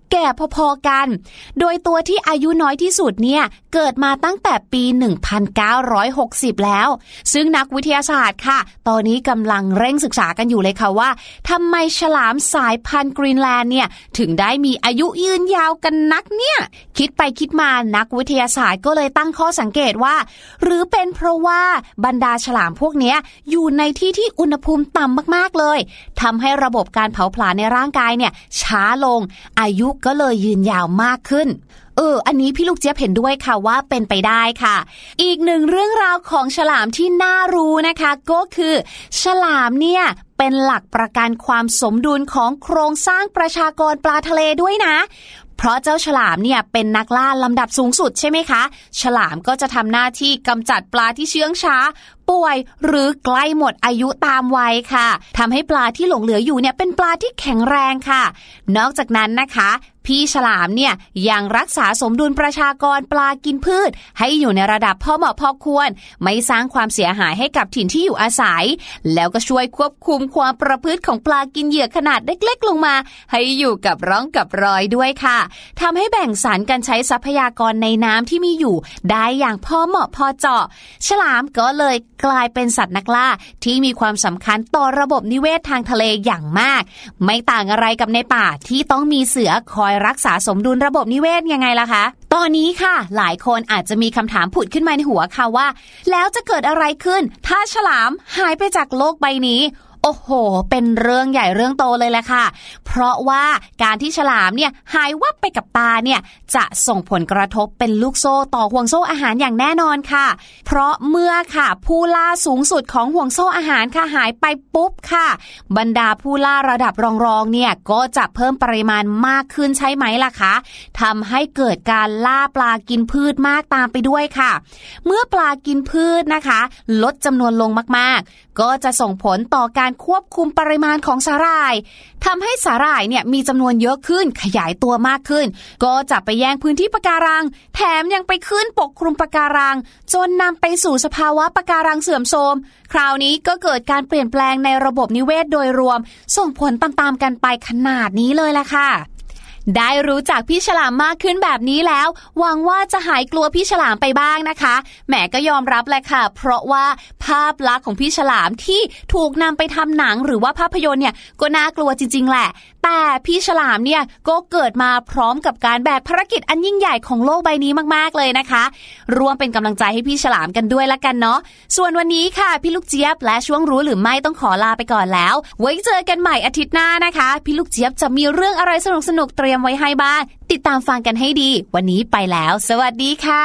แก่พอๆกันโดยตัวที่อายุน้อยที่สุดเนี่ยเกิดมาตั้งแต่ปีหนึ่งพันเก้าร้อยหกสิบแล้วซึ่งนักวิทยาศาสตร์ค่ะตอนนี้กำลังเร่งศึกษากันอยู่เลยค่ะว่าทำไมฉลามสายพันธุ์กรีนแลนด์เนี่ยถึงได้มีอายุยืนยาวกันนักเนี่ยคิดไปคิดมานักวิทยาศาสตร์ก็เลยตั้งข้อสังเกตว่าหรือเป็นเพราะว่าบรรดาฉลามพวกนี้อยู่ในที่ที่อุณหภูมิต่ำมากๆเลยทำให้ระบบการเผาผลาญในร่างกายเนี่ยช้าลงอายุก็เลยยืนยาวมากขึ้นเอออันนี้พี่ลูกเจี๊ยบเห็นด้วยค่ะว่าเป็นไปได้ค่ะอีกหนึ่งเรื่องราวของฉลามที่น่ารู้นะคะก็คือฉลามเนี่ยเป็นหลักประกันความสมดุลของโครงสร้างประชากรปลาทะเลด้วยนะเพราะเจ้าฉลามเนี่ยเป็นนักล่าลำดับสูงสุดใช่ไหมคะฉลามก็จะทำหน้าที่กำจัดปลาที่เชื่องช้าป่วยหรือใกล้หมดอายุตามวัยค่ะทำให้ปลาที่หลงเหลืออยู่เนี่ยเป็นปลาที่แข็งแรงค่ะนอกจากนั้นนะคะพี่ฉลามเนี่ยยังรักษาสมดุลประชากรปลากินพืชให้อยู่ในระดับพอเหมาะพอควรไม่สร้างความเสียหายให้กับถิ่นที่อยู่อาศัยแล้วก็ช่วยควบคุมความประพฤติของปลากินเหยื่อขนาดเล็กๆลงมาให้อยู่กับร่องกับรอยด้วยค่ะทำให้แบ่งสรรการใช้ทรัพยากรในน้ำที่มีอยู่ได้อย่างพอเหมาะพอเจาะฉลามก็เลยกลายเป็นสัตว์นักล่าที่มีความสำคัญต่อระบบนิเวศทางทะเลอย่างมากไม่ต่างอะไรกับในป่าที่ต้องมีเสือคอยรักษาสมดุลระบบนิเวศยังไงล่ะคะตอนนี้ค่ะหลายคนอาจจะมีคำถามผุดขึ้นมาในหัวค่ะว่าแล้วจะเกิดอะไรขึ้นถ้าฉลามหายไปจากโลกใบนี้โอ้โหเป็นเรื่องใหญ่เรื่องโตเลยแหละค่ะเพราะว่าการที่ฉลามเนี่ยหายวับไปกับตาเนี่ยจะส่งผลกระทบเป็นลูกโซ่ต่อห่วงโซ่อาหารอย่างแน่นอนค่ะเพราะเมื่อค่ะผู้ล่าสูงสุดของห่วงโซ่อาหารค่ะหายไปปุ๊บค่ะบรรดาผู้ล่าระดับรองๆเนี่ยก็จะเพิ่มปริมาณมากขึ้นใช่ไหมล่ะคะทำให้เกิดการล่าปลากินพืชมากตามไปด้วยค่ะเมื่อปลากินพืชนะคะลดจำนวนลงมากๆก็จะส่งผลต่อการควบคุมปริมาณของสาหร่ายทำให้สาหร่ายเนี่ยมีจำนวนเยอะขึ้นขยายตัวมากขึ้นก็จะไปแย่งพื้นที่ปะการังแถมยังไปขึ้นปกคลุมปะการังจนนำไปสู่สภาวะปะการังเสื่อมโทรมคราวนี้ก็เกิดการเปลี่ยนแปลงในระบบนิเวศโดยรวมส่งผลตามๆกันไปขนาดนี้เลยล่ะค่ะได้รู้จักพี่ฉลามมากขึ้นแบบนี้แล้วหวังว่าจะหายกลัวพี่ฉลามไปบ้างนะคะแหมก็ยอมรับแหละค่ะเพราะว่าภาพลักษณ์ของพี่ฉลามที่ถูกนำไปทำหนังหรือว่าภาพยนตร์เนี่ยก็น่ากลัวจริงๆแหละแต่พี่ฉลามเนี่ยก็เกิดมาพร้อมกับการแบกภารกิจอันยิ่งใหญ่ของโลกใบนี้มากๆเลยนะคะรวมเป็นกำลังใจให้พี่ฉลามกันด้วยละกันเนาะส่วนวันนี้ค่ะพี่ลูกเจี๊ยบและช่วงรู้หรือไม่ต้องขอลาไปก่อนแล้วไว้เจอกันใหม่อาทิตย์หน้านะคะพี่ลูกเจี๊ยบจะมีเรื่องอะไรสนุกๆเตรียมไว้ให้บ้างติดตามฟังกันให้ดีวันนี้ไปแล้วสวัสดีค่ะ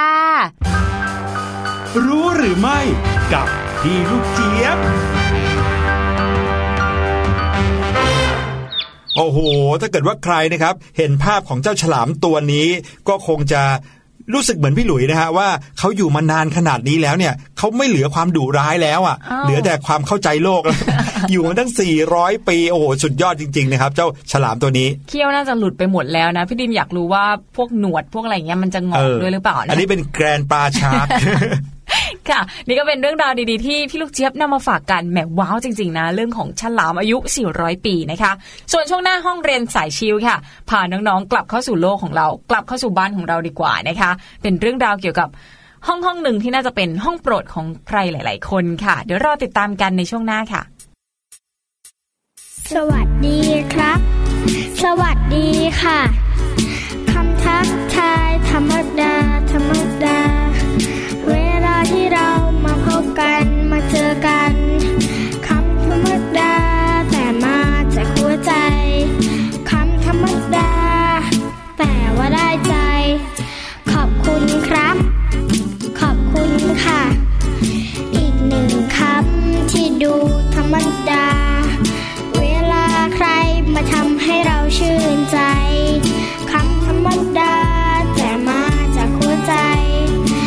รู้หรือไม่กับพี่ลูกเจี๊ยบโอ้โหถ้าเกิดว่าใครนะครับเห็นภาพของเจ้าฉลามตัวนี้ก็คงจะรู้สึกเหมือนพี่หลุยนะฮะว่าเขาอยู่มานานขนาดนี้แล้วเนี่ยเขาไม่เหลือความดุร้ายแล้วอ่ะเหลือแต่ความเข้าใจโลก อยู่มาตั้งสี่ร้อยปีโอ้โหสุดยอดจริงๆนะครับเจ้าฉลามตัวนี้เขี้ยวน่าจะหลุดไปหมดแล้วนะพี่ดิมอยากรู้ว่าพวกหนวดพวกอะไรเงี้ยมันจะงอกด้วยหรือเปล่านะอันนี้เป็นแกรนปลาชาร์กค่ะนี่ก็เป็นเรื่องราวดีๆที่พี่ลูกเจี๊ยบนำมาฝากกันแหมว้าวจริงๆนะเรื่องของฉลามอายุสี่ร้อยปีนะคะส่วนช่วงหน้าห้องเรียนสายชิลค่ะพาน้องๆกลับเข้าสู่โลกของเรากลับเข้าสู่บ้านของเราดีกว่านะคะเป็นเรื่องราวเกี่ยวกับห้องห้องหนึ่งที่น่าจะเป็นห้องโปรดของใครหลายๆคนค่ะเดี๋ยวรอติดตามกันในช่วงหน้าค่ะสวัสดีครับสวัสดีค่ะคำทักทายธรรมดาธรรมดาเวลาที่เรามาพบกันมาเจอกันคำธรรมดาแต่มาจากหัวใจคำธรรมดาแต่ว่าได้ใจขอบคุณครับขอบคุณค่ะอีกหนึ่งคำที่ดูธรรมดาเวลาใครมาทำให้เราชื่นใจคำธรรมดาแต่มาจากหัวใจ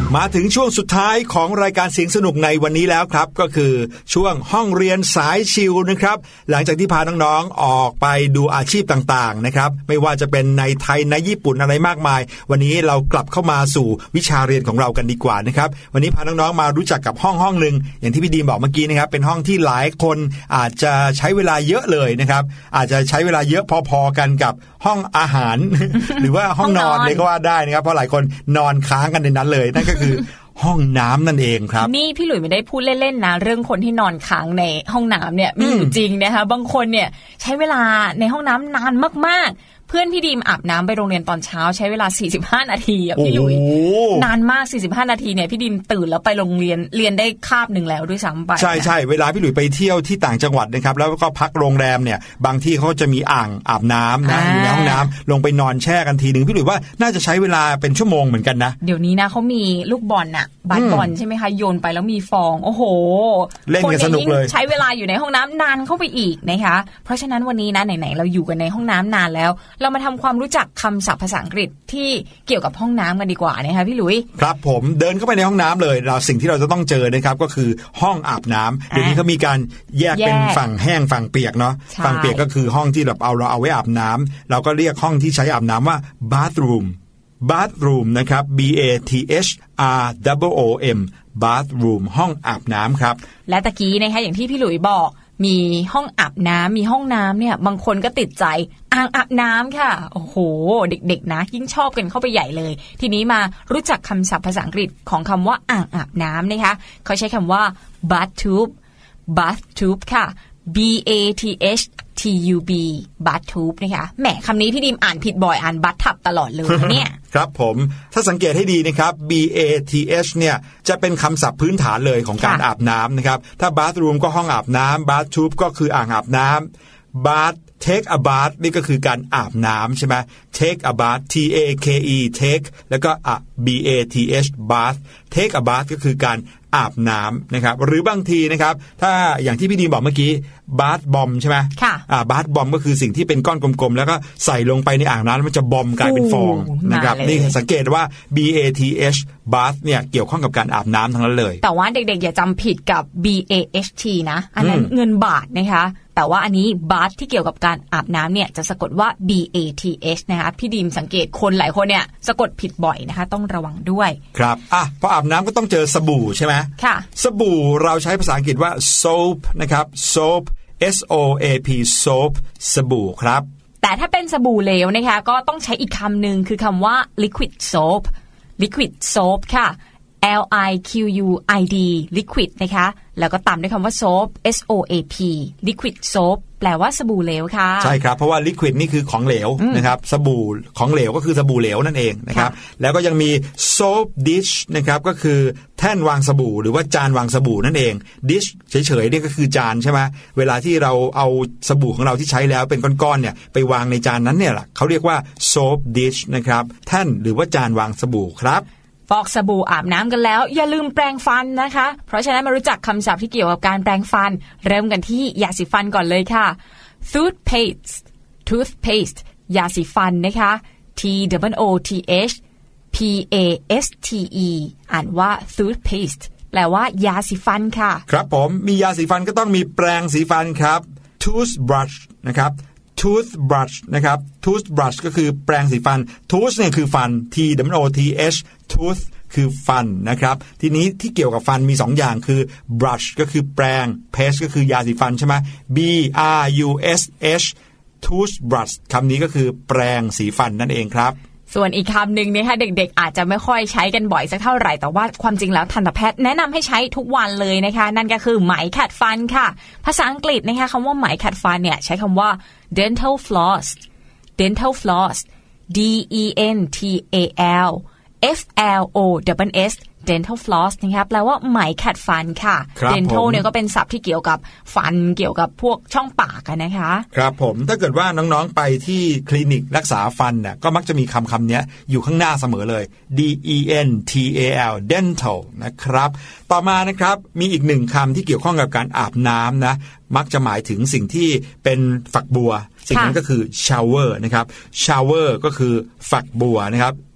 มาถึงช่วงสุดท้ายของรายการเสียงสนุกในวันนี้แล้วครับก็คือช่วงห้องเรียนสายชิลนะครับหลังจากที่พาน้องๆออกไปดูอาชีพต่างๆนะครับไม่ว่าจะเป็นในไทยในญี่ปุ่นอะไรมากมายวันนี้เรากลับเข้ามาสู่วิชาเรียนของเรากันดีกว่านะครับวันนี้พาน้องๆมารู้จักกับห้องห้องนึงอย่างที่พี่ดีมบอกเมื่อกี้นะครับเป็นห้องที่หลายคนอาจจะใช้เวลาเยอะเลยนะครับอาจจะใช้เวลาเยอะพอๆกันกับห้องอาหาร หรือว่าห้องนอนเลยก็ว่าได้นะครับเพราะหลายคนนอนค้างกันในนั้นเลยนั่นก็คือห้องน้ำนั่นเองครับนี่พี่หลุยไม่ได้พูดเล่นๆนะเรื่องคนที่นอนค้างในห้องน้ำเนี่ยมีอยู่จริงนะคะบางคนเนี่ยใช้เวลาในห้องน้ำนานมากๆเพื่อนพี่ดีมอาบน้ำไปโรงเรียนตอนเช้าใช้เวลาสี่สิบห้านาทีอ่ะพี่หลุยนานมากสี่สิบห้านาทีเนี่ยพี่ดีมตื่นแล้วไปโรงเรียนเรียนได้คาบหนึ่งแล้วด้วยซ้ำไปใช่ๆเวลาพี่หลุยไปเที่ยวที่ต่างจังหวัดนะครับแล้วก็พักโรงแรมเนี่ยบางที่เขาจะมีอ่างอาบน้ำนะอยู่ในห้องน้ำลงไปนอนแช่กันทีนึงพี่หลุยว่าน่าจะใช้เวลาเป็นชั่วโมงเหมือนกันนะเดี๋ยวนี้นะเขามีลูกบอลน่ะบาสบอลใช่ไหมคะโยนไปแล้วมีฟองโอ้โหเล่นกันสนุกเลยใช้เวลาอยู่ในห้องน้ำนานเข้าไปอีกนะคะเพราะฉะนั้นวันนี้นะไหนๆเราอยู่กันในห้องน้ำนานแล้วเรามาทำความรู้จักคำศัพท์ภาษาอังกฤษที่เกี่ยวกับห้องน้ำกันดีกว่านะคะพี่หลุยครับผมเดินเข้าไปในห้องน้ำเลยเราสิ่งที่เราจะต้องเจอนะครับก็คือห้องอาบน้ำเดี๋ยวนี้เขามีการแยกเป็นฝั่งแห้งฝั่งเปียกเนาะฝั่งเปียกก็คือห้องที่เราเอาเราเอาไว้อาบน้ำเราก็เรียกห้องที่ใช้อาบน้ำว่า bathroom bathroom นะครับ b a t h r o o m bathroom ห้องอาบน้ำครับและตะกี้นะคะอย่างที่พี่หลุยบอกมีห้องอาบน้ำมีห้องน้ำเนี่ยบางคนก็ติดใจอ่างอาบน้ำค่ะโอ้โหเด็กๆนะยิ่งชอบกันเข้าไปใหญ่เลยทีนี้มารู้จักคำศัพท์ภาษาอังกฤษของคำว่าอ่างอาบน้ำนะคะเขาใช้คำว่า bathtub bathtub ค่ะ b a t h t u b bathtub นะคะแหมคำนี้พี่ดิมอ่านผิดบ่อยอ่าน bathtub ตลอดเลยเนี่ยครับผมถ้าสังเกตให้ดีนะครับ b a t h เนี่ยจะเป็นคำศัพท์พื้นฐานเลยของการอาบน้ำนะครับถ้า bathroom ก็ห้องอาบน้ำ bathtub ก็คืออ่างอาบน้ำ bath take a bath นี่ก็คือการอาบน้ำใช่ไหม take a bath t a k e take แล้วก็ a b a t h bath take a bath ก็คือการอาบน้ำนะครับหรือบางทีนะครับถ้าอย่างที่พี่ดีบอกเมื่อกี้บาธบอมใช่ไหมค่ะอ่าบาธบอมก็คือสิ่งที่เป็นก้อนกลมๆแล้วก็ใส่ลงไปในอ่างน้ำแล้วมันจะบอมกลายเป็นฟองนะครับนี่สังเกตว่า b a t h bath เนี่ยเกี่ยวข้องกับการอาบน้ำทั้งนั้นเลยแต่ว่าเด็กๆอย่าจำผิดกับ b a h t นะอันนั้นเงินบาทนะคะแต่ว่าอันนี้บาธที่เกี่ยวกับการอาบน้ำเนี่ยจะสะกดว่า b a t h นะคะพี่ดีมสังเกตคนหลายคนเนี่ยสะกดผิดบ่อยนะคะต้องระวังด้วยครับอ่ะพออาบน้ำก็ต้องเจอสบู่ใช่ไหมค่ะสบู่เราใช้ภาษาอังกฤษว่า soap นะครับ soap s o a p soap สบู่ครับแต่ถ้าเป็นสบู่เหลวนะคะก็ต้องใช้อีกคำหนึ่งคือคำว่า liquid soap liquid soap ค่ะ l i q u i d liquid นะคะแล้วก็ตามด้วยคำว่า soap s o a p liquid soap แปลว่าสบู่เหลวค่ะใช่ครับเพราะว่า liquid นี่คือของเหลวนะครับสบู่ของเหลวก็คือสบู่เหลวนั่นเองนะครับแล้วก็ยังมี soap dish นะครับก็คือแท่นวางสบู่หรือว่าจานวางสบู่นั่นเอง dish เฉยๆนี่ก็คือจานใช่ไหมเวลาที่เราเอาสบู่ของเราที่ใช้แล้วเป็นก้อนๆเนี่ยไปวางในจานนั้นเนี่ยแหละเขาเรียกว่า soap dish นะครับแท่นหรือว่าจานวางสบู่ครับฟอกสบู่อาบน้ำกันแล้วอย่าลืมแปรงฟันนะคะเพราะฉะนั้นมารู้จักคำศัพท์ที่เกี่ยวกับการแปรงฟันเริ่มกันที่ยาสีฟันก่อนเลยค่ะ toothpaste toothpaste ยาสีฟันนะคะ t w o t h p a s t e อ่านว่า toothpaste แปลว่ายาสีฟันค่ะครับผมมียาสีฟันก็ต้องมีแปรงสีฟันครับ toothbrush นะครับ toothbrush นะครับ toothbrush ก็คือแปรงสีฟัน tooth เนี่ยคือฟัน t w o t h tooth คือฟันนะครับทีนี้ที่เกี่ยวกับฟันมีสองอย่างคือ brush ก็คือแปรง paste ก็คือยาสีฟันใช่ไหม b r u s h toothbrush คำนี้ก็คือแปรงสีฟันนั่นเองครับส่วนอีกคำหนึ่งนะคะเด็กๆอาจจะไม่ค่อยใช้กันบ่อยสักเท่าไหร่แต่ว่าความจริงแล้วทันตแพทย์แนะนำให้ใช้ทุกวันเลยนะคะนั่นก็คือไหมขัดฟันค่ะภาษาอังกฤษนะคะคำว่าไหมขัดฟันเนี่ยใช้คำว่า dental floss dental floss d e n t a l f l o s s dental floss นะครับแปลว่าไหมขัดฟันค่ะ dental เนี่ยก็เป็นศัพท์ที่เกี่ยวกับฟันเกี่ยวกับพวกช่องปากกันนะคะครับผมถ้าเกิดว่าน้องๆไปที่คลินิกรักษาฟันน่ะก็มักจะมีคำคำนี้อยู่ข้างหน้าเสมอเลย d e n t a l dental นะครับต่อมานะครับมีอีกหนึ่งคำที่เกี่ยวข้องกับการอาบน้ำนะมักจะหมายถึงสิ่งที่เป็นฝักบัวสิ่งนั้นก็คือ shower นะครับ shower ก็คือฝักบัวนะครับ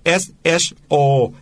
S H O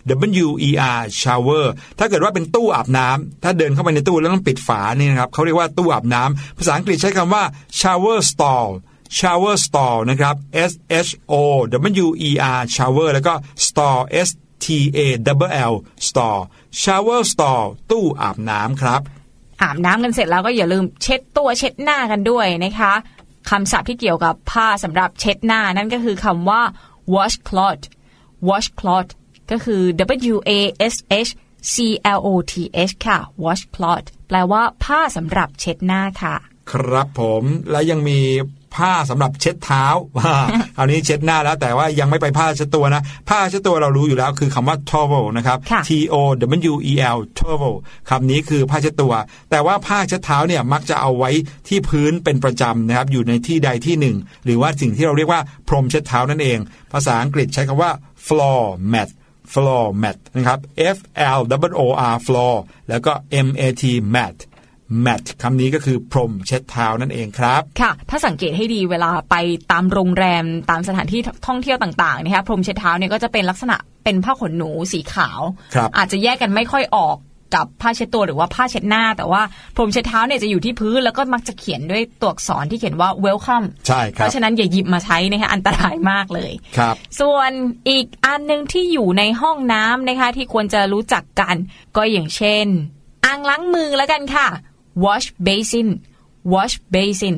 W E R shower ถ้าเกิดว่าเป็นตู้อาบน้ำถ้าเดินเข้าไปในตู้แล้วต้องปิดฝานี่นะครับเขาเรียกว่าตู้อาบน้ำภาษาอังกฤษใช้คำว่า shower stall shower stall นะครับ S H O W E R shower แล้วก็ stall S T A L L stall shower stall ตู้อาบน้ำครับอาบน้ำกันเสร็จแล้วก็อย่าลืมเช็ดตัวเช็ดหน้ากันด้วยนะคะคำศัพท์ที่เกี่ยวกับผ้าสำหรับเช็ดหน้านั่นก็คือคำว่า washcloth washcloth ก็คือ W A S H C L O T H ค่ะ washcloth แปลว่าผ้าสำหรับเช็ดหน้าค่ะครับผมและยังมีผ้าสำหรับเช็ดเท้าคราวนี้เช็ดหน้าแล้วแต่ว่ายังไม่ไปผ้าเช็ดตัวนะผ้าเช็ดตัวเรารู้อยู่แล้วคือคำว่า towel นะครับ T O W E L towel คำนี้คือผ้าเช็ดตัวแต่ว่าผ้าเช็ดเท้าเนี่ยมักจะเอาไว้ที่พื้นเป็นประจำนะครับอยู่ในที่ใดที่หนึ่งหรือว่าสิ่งที่เราเรียกว่าพรมเช็ดเท้านั่นเองภาษาอังกฤษใช้คำว่า floor mat floor mat นะครับ F L O O R floor แล้วก็ M A T mat mat คำนี้ก็คือพรมเช็ดเท้านั่นเองครับค่ะถ้าสังเกตให้ดีเวลาไปตามโรงแรมตามสถานที่ท่องเที่ยวต่างๆนะคะพรมเช็ดเท้าเนี่ยก็จะเป็นลักษณะเป็นผ้าขนหนูสีขาวอาจจะแยกกันไม่ค่อยออกกับผ้าเช็ดตัวหรือว่าผ้าเช็ดหน้าแต่ว่าพรมเช็ดเท้าเนี่ยจะอยู่ที่พื้นแล้วก็มักจะเขียนด้วยตัวอักษรที่เขียนว่า welcome ใช่ครับเพราะฉะนั้นอย่าหยิบมาใช้นะคะอันตรายมากเลยครับส่วนอีกอันนึงที่อยู่ในห้องน้ำนะคะที่ควรจะรู้จักกันก็อย่างเช่นอ่างล้างมือแล้วกันค่ะwash basin wash basin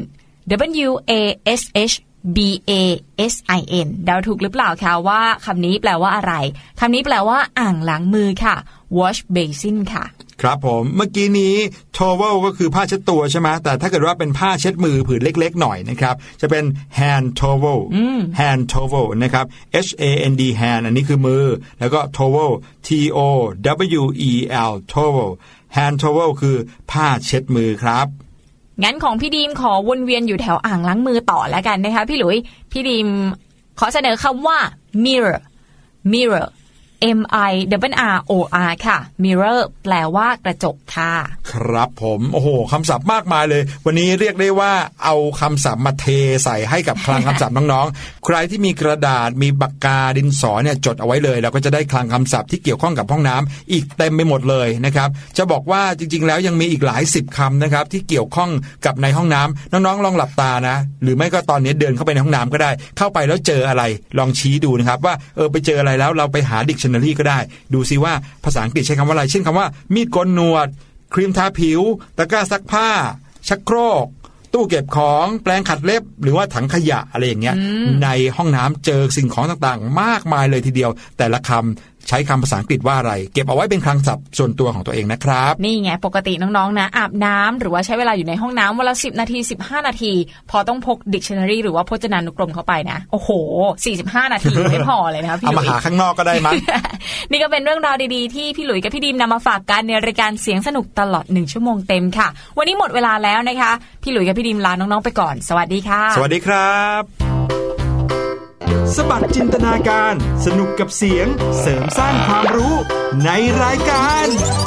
W A S H B A S I N เดาถูกหรือเปล่าคะว่าคำนี้แปลว่าอะไรคำนี้แปลว่าอ่างล้างมือค่ะ wash basin ค่ะครับผมเมื่อกี้นี้ towel ก็คือผ้าเช็ดตัวใช่ไหมแต่ถ้าเกิดว่าเป็นผ้าเช็ดมือผืนเล็กๆหน่อยนะครับจะเป็น hand towel hand towel นะครับ H A N D hand อันนี้คือมือแล้วก็ towel T O W E L towel hand towel คือผ้าเช็ดมือครับงั้นของพี่ดีมขอวนเวียนอยู่แถวอ่างล้างมือต่อแล้วกันนะคะพี่หลุยพี่ดีมขอเสนอคำว่า mirror mirror M I R R O R ค่ะ mirror แปลว่ากระจกค่ะครับผมโอ้โหคำศัพท์มากมายเลยวันนี้เรียกได้ว่าเอาคำศัพท์มาเทใส่ให้กับคลังคำศัพท์น้องๆใครที่มีกระดาษมีปากกาดินสอเนี่ยจดเอาไว้เลยเราก็จะได้คลังคำศัพท์ที่เกี่ยวข้องกับห้องน้ำอีกเต็มไปหมดเลยนะครับจะบอกว่าจริงๆแล้วยังมีอีกหลายสิบคำนะครับที่เกี่ยวข้องกับในห้องน้ำน้องๆลองหลับตานะหรือไม่ก็ตอนนี้เดินเข้าไปในห้องน้ำก็ได้เข้าไปแล้วเจออะไรลองชี้ดูนะครับว่าเออไปเจออะไรแล้วเราไปหาดิกชันนารีก็ได้ดูซิว่าภาษาอังกฤษใช้คำว่าอะไรเช่นคำว่ามีดโกนหนวดครีมทาผิวตะกร้าซักผ้าชักโครกตู้เก็บของแปรงขัดเล็บหรือว่าถังขยะอะไรอย่างเงี้ยในห้องน้ำเจอสิ่งของต่างๆมากมายเลยทีเดียวแต่ละคำใช้คำภาษาอังกฤษว่าอะไรเก็บเอาไว้เป็นคลังศัพท์ส่วนตัวของตัวเองนะครับนี่ไงปกติน้องๆนะอาบน้ำหรือว่าใช้เวลาอยู่ในห้องน้ำวันละสิบนาทีสิบห้านาทีพอต้องพก dictionary หรือว่าพจนานุกรมเข้าไปนะโอ้โหสี่สิบห้านาทีไม่พอเลยนะคะพี่หลุยเอามาหาข้างนอกก็ได้มั้งนี่ก็เป็นเรื่องราวดีๆที่พี่หลุยกับพี่ดิมนำมาฝากกันในรายการเสียงสนุกตลอดหนึ่งชั่วโมงเต็มค่ะวันนี้หมดเวลาแล้วนะคะพี่หลุยกับพี่ดิมลาน้องๆไปก่อนสวัสดีค่ะสวัสดีครับสบัดจินตนาการสนุกกับเสียงเสริมสร้างความรู้ในรายการ